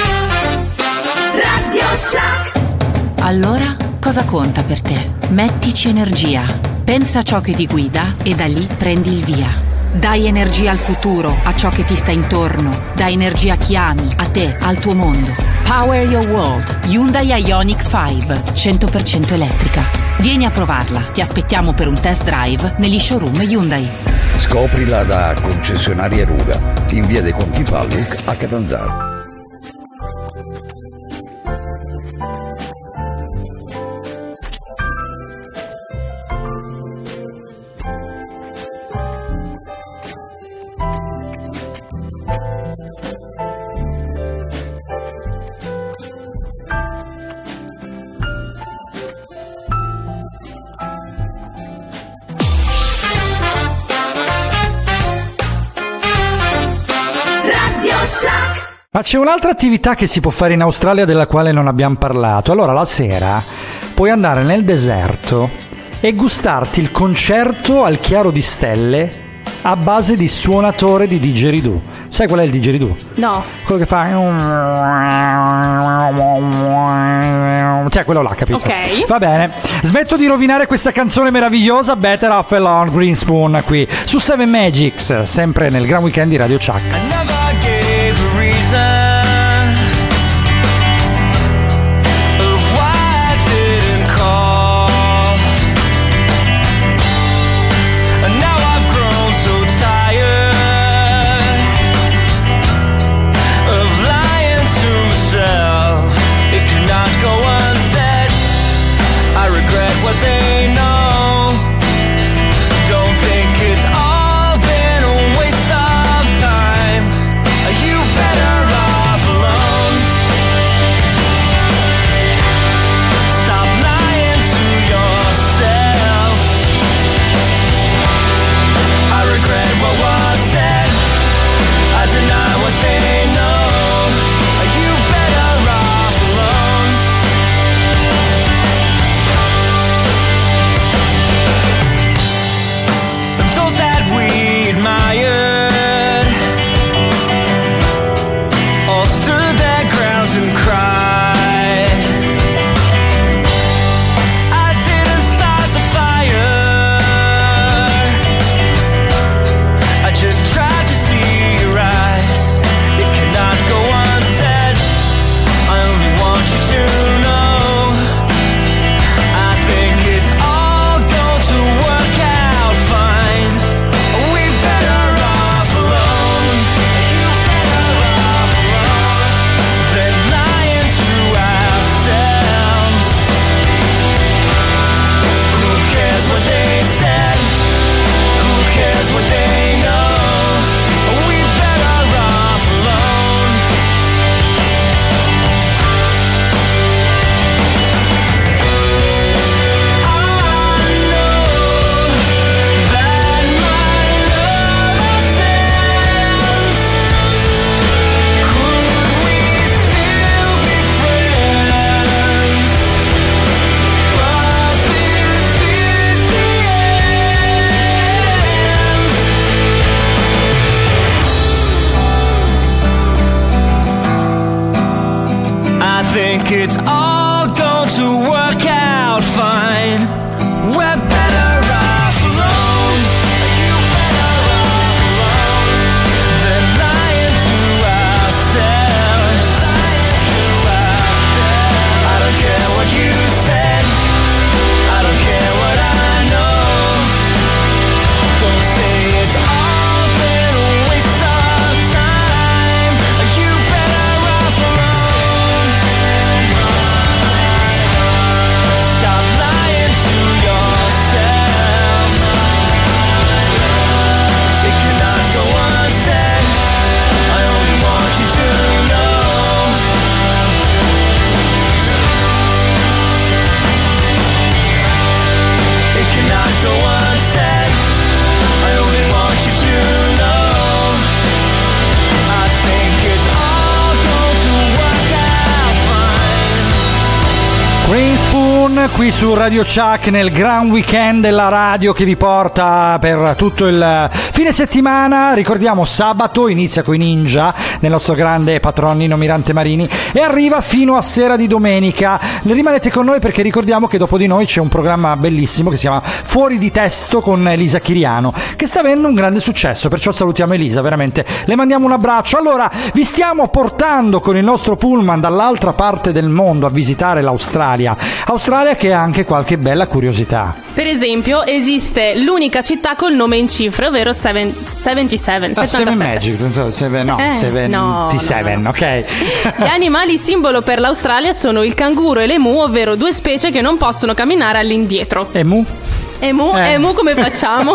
Radio Chuck. Allora, cosa conta per te? Mettici energia. Pensa a ciò che ti guida e da lì prendi il via. Dai energia al futuro, a ciò che ti sta intorno. Dai energia a chi ami, a te, al tuo mondo. Power your world. Hyundai Ioniq cinque, cento per cento elettrica. Vieni a provarla. Ti aspettiamo per un test drive negli showroom Hyundai. Scoprila da concessionaria Ruga, in via dei Conti Palluc a Catanzaro. Ma c'è un'altra attività che si può fare in Australia della quale non abbiamo parlato. Allora, la sera puoi andare nel deserto e gustarti il concerto al chiaro di stelle a base di suonatore di didgeridoo. Sai qual è il didgeridoo? No. Quello che fa... Cioè, quello là, capito? Ok. Va bene. Smetto di rovinare questa canzone meravigliosa, Better Off Alone, Green Spoon, qui su Seven Magics, sempre nel Gran Weekend di Radio Chuck. think it's all going to work out fine. We're better off alone. You better off alone than lying to ourselves. I don't care what you said. I don't care what I know. Don't say it's all been a waste of time. You better off alone. Stop lying to yourself. It cannot go unsaid. I only want you to know. It cannot go unsaid. I only want you to know. I think it's all going to work out fine. Green Spoon qui su Radio Chuck nel gran weekend della radio che vi porta per tutto il fine settimana. Ricordiamo, sabato inizia con i Ninja nel nostro grande patron Nino Mirante Marini e arriva fino a sera di domenica. Rimanete con noi perché ricordiamo che dopo di noi c'è un programma bellissimo che si chiama Fuori di Testo con Elisa Chiriano, che sta avendo un grande successo, perciò salutiamo Elisa, veramente le mandiamo un abbraccio. Allora, vi stiamo portando con il nostro pullman dall'altra parte del mondo a visitare l'Australia. Australia che ha anche qualche bella curiosità. Per esempio, esiste l'unica città col nome in cifre, ovvero seven, settantasette. Ah, Seven Magic, pensavo seven, no, Eh, settantasette, no, no, ok. Gli animali simbolo per l'Australia sono il canguro e l'emu, ovvero due specie che non possono camminare all'indietro. Emu? Emu, Eh. emu come facciamo?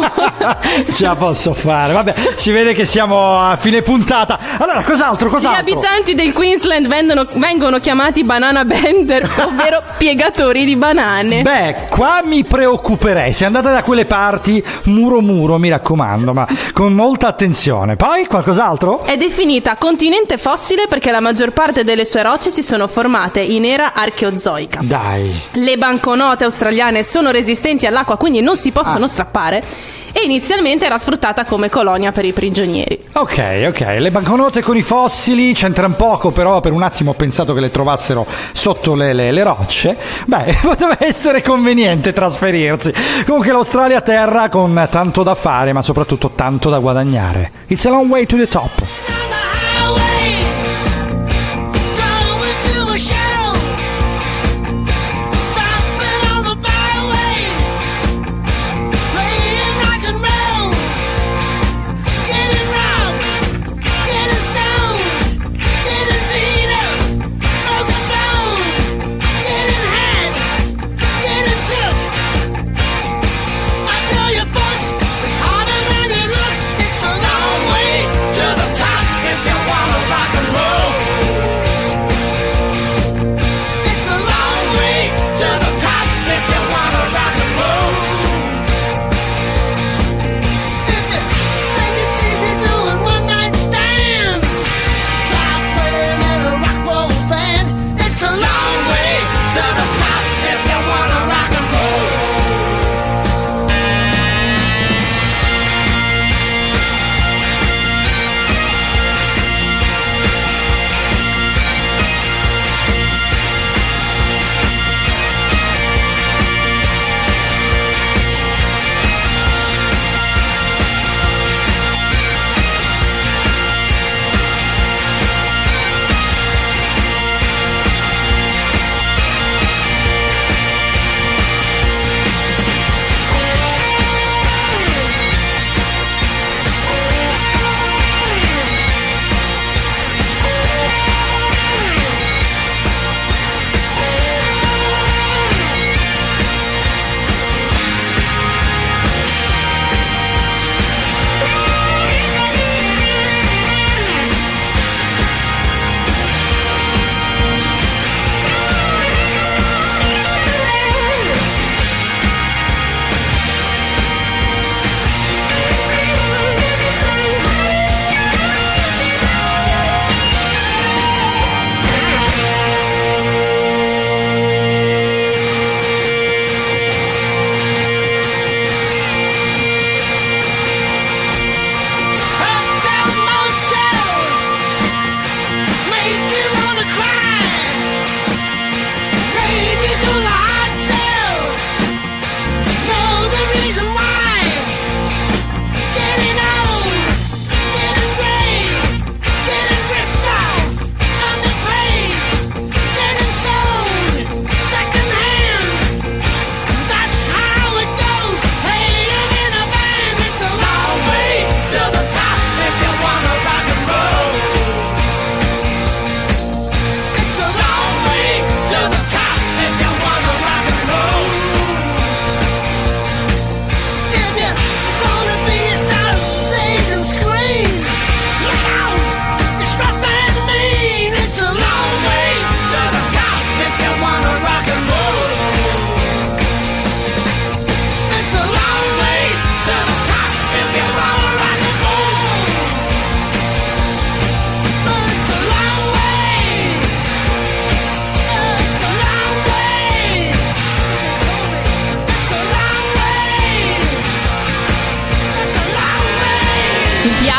Ce la posso fare, vabbè, si vede che siamo a fine puntata. Allora, cos'altro, Gli cos'altro? abitanti del Queensland vengono, vengono chiamati banana bender, ovvero piegatori di banane. Beh, qua mi preoccuperei. Se andate da quelle parti, muro muro, mi raccomando, ma con molta attenzione. Poi, qualcos'altro? È definita continente fossile perché la maggior parte delle sue rocce si sono formate in era archeozoica. Dai. Le banconote australiane sono resistenti all'acqua, quindi non si possono Ah. strappare, e inizialmente era sfruttata come colonia per i prigionieri. Ok, ok, le banconote con i fossili c'entrano poco, però per un attimo ho pensato che le trovassero sotto le, le, le rocce. Beh, poteva essere conveniente trasferirsi. Comunque l'Australia terra con tanto da fare, ma soprattutto tanto da guadagnare. It's a long way to the top. It's harder than it looks. It's a long way to the top.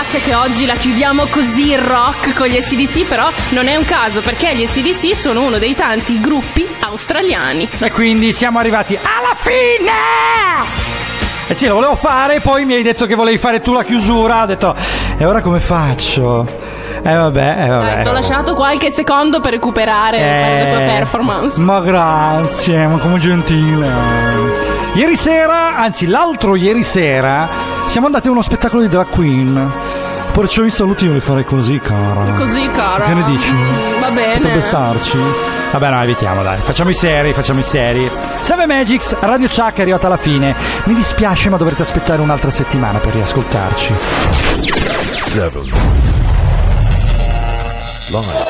dispiace che oggi la chiudiamo così rock con gli A C D C, però non è un caso, perché gli A C D C sono uno dei tanti gruppi australiani. E quindi siamo arrivati alla fine! Eh sì, lo volevo fare, poi mi hai detto che volevi fare tu la chiusura, ho detto, e ora come faccio? Eh vabbè, eh vabbè. Eh, ti ho lasciato qualche secondo per recuperare e Eh, fare la tua performance. Ma grazie, ma come gentile. Ieri sera, anzi l'altro ieri sera, siamo andati a uno spettacolo di drag queen. Perciò i saluti io li farei così, cara. Così, cara. Che ne dici? Mm, va bene. Potrebbe starci. Vabbè, no, evitiamo, dai. Facciamo i seri, facciamo i seri. Seven Magics, Radio Chuck è arrivata alla fine. Mi dispiace, ma dovrete aspettare un'altra settimana per riascoltarci. Seven. Live.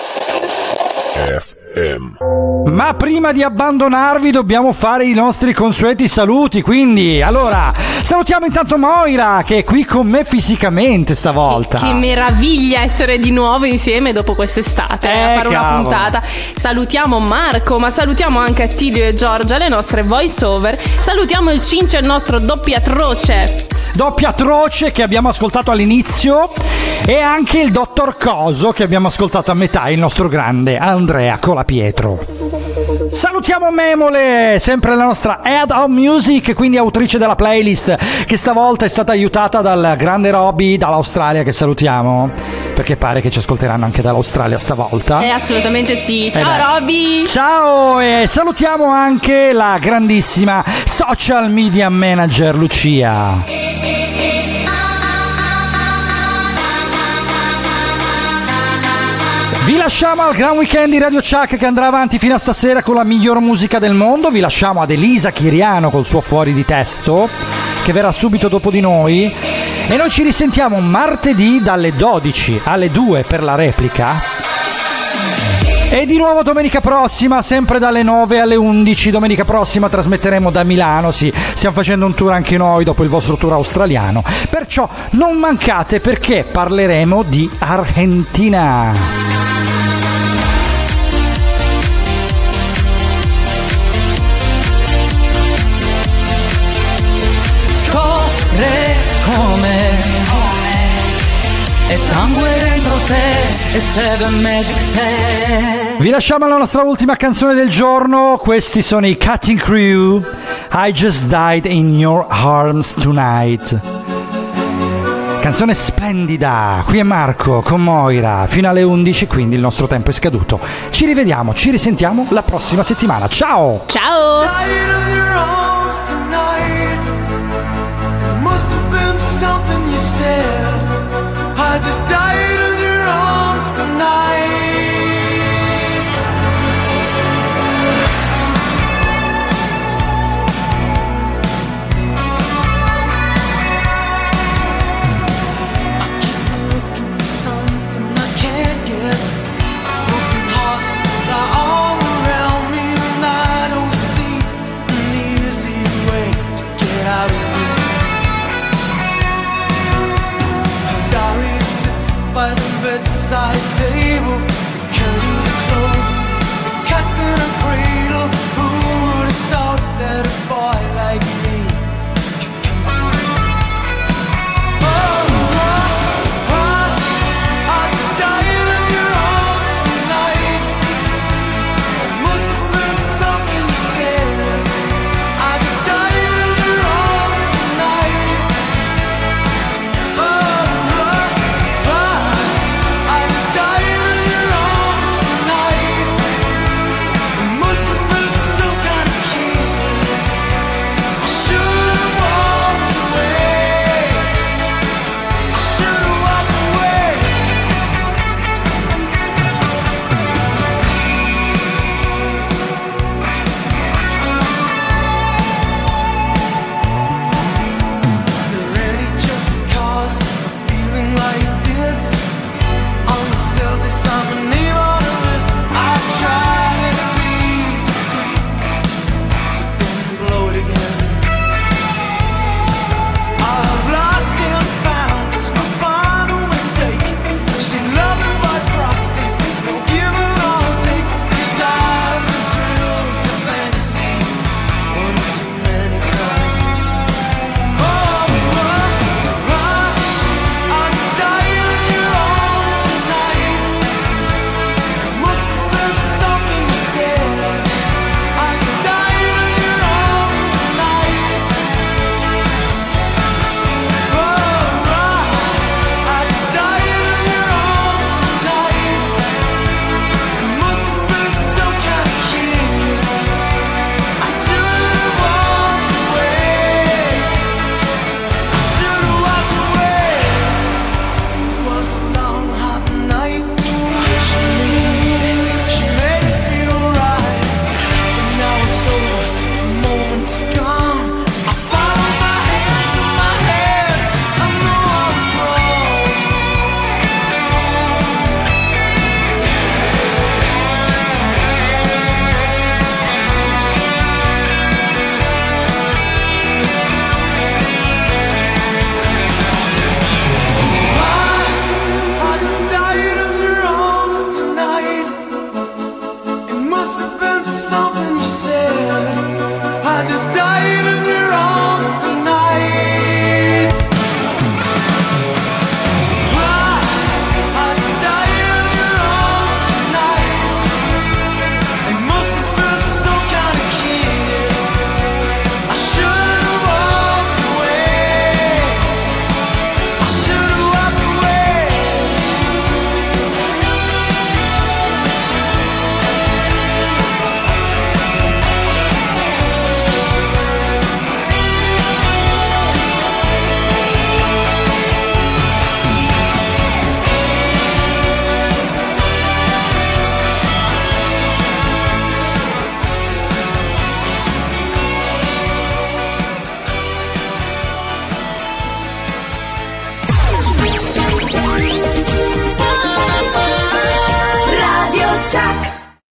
F M. Ma prima di abbandonarvi dobbiamo fare i nostri consueti saluti, quindi allora salutiamo intanto Moira che è qui con me fisicamente stavolta. Che meraviglia essere di nuovo insieme dopo quest'estate Eh, a fare una cavolo. puntata. Salutiamo Marco, ma salutiamo anche Attilio e Giorgia, le nostre voice over. Salutiamo il Cincio, il nostro doppiatroce. Doppiatroce che abbiamo ascoltato all'inizio e anche il dottor Coso che abbiamo ascoltato a metà, il nostro grande Andrea Colapietro. Salutiamo Memole, sempre la nostra Head of Music, quindi autrice della playlist, che stavolta è stata aiutata dal grande Robby dall'Australia, che salutiamo, perché pare che ci ascolteranno anche dall'Australia stavolta. Eh, assolutamente sì. Ciao Eh dai. Robby. Ciao, e salutiamo anche la grandissima social media manager Lucia. Vi lasciamo al Gran Weekend di Radio Chuck che andrà avanti fino a stasera con la miglior musica del mondo. Vi lasciamo ad Elisa Chiriano col suo Fuori di Testo, che verrà subito dopo di noi. E noi ci risentiamo martedì dalle dodici alle due per la replica. E di nuovo domenica prossima, sempre dalle nove alle undici. Domenica prossima trasmetteremo da Milano. Sì, stiamo facendo un tour anche noi dopo il vostro tour australiano. Perciò non mancate, perché parleremo di Argentina. Scorre come e sangue dentro te e Seven Magic sei. Vi lasciamo alla nostra ultima canzone del giorno. Questi sono i Cutting Crew. I Just Died in Your Arms Tonight. Canzone splendida. Qui è Marco con Moira fino alle undici, quindi il nostro tempo è scaduto. Ci rivediamo, ci risentiamo la prossima settimana. Ciao! Ciao! Must have been something you said. I just died in your arms tonight. I keep looking for something I can't get. Broken hearts lie all around me, and I don't see an easy way to get out of this. Diary sits by the bedside table. The curtains are closed. The cat's in a cradle.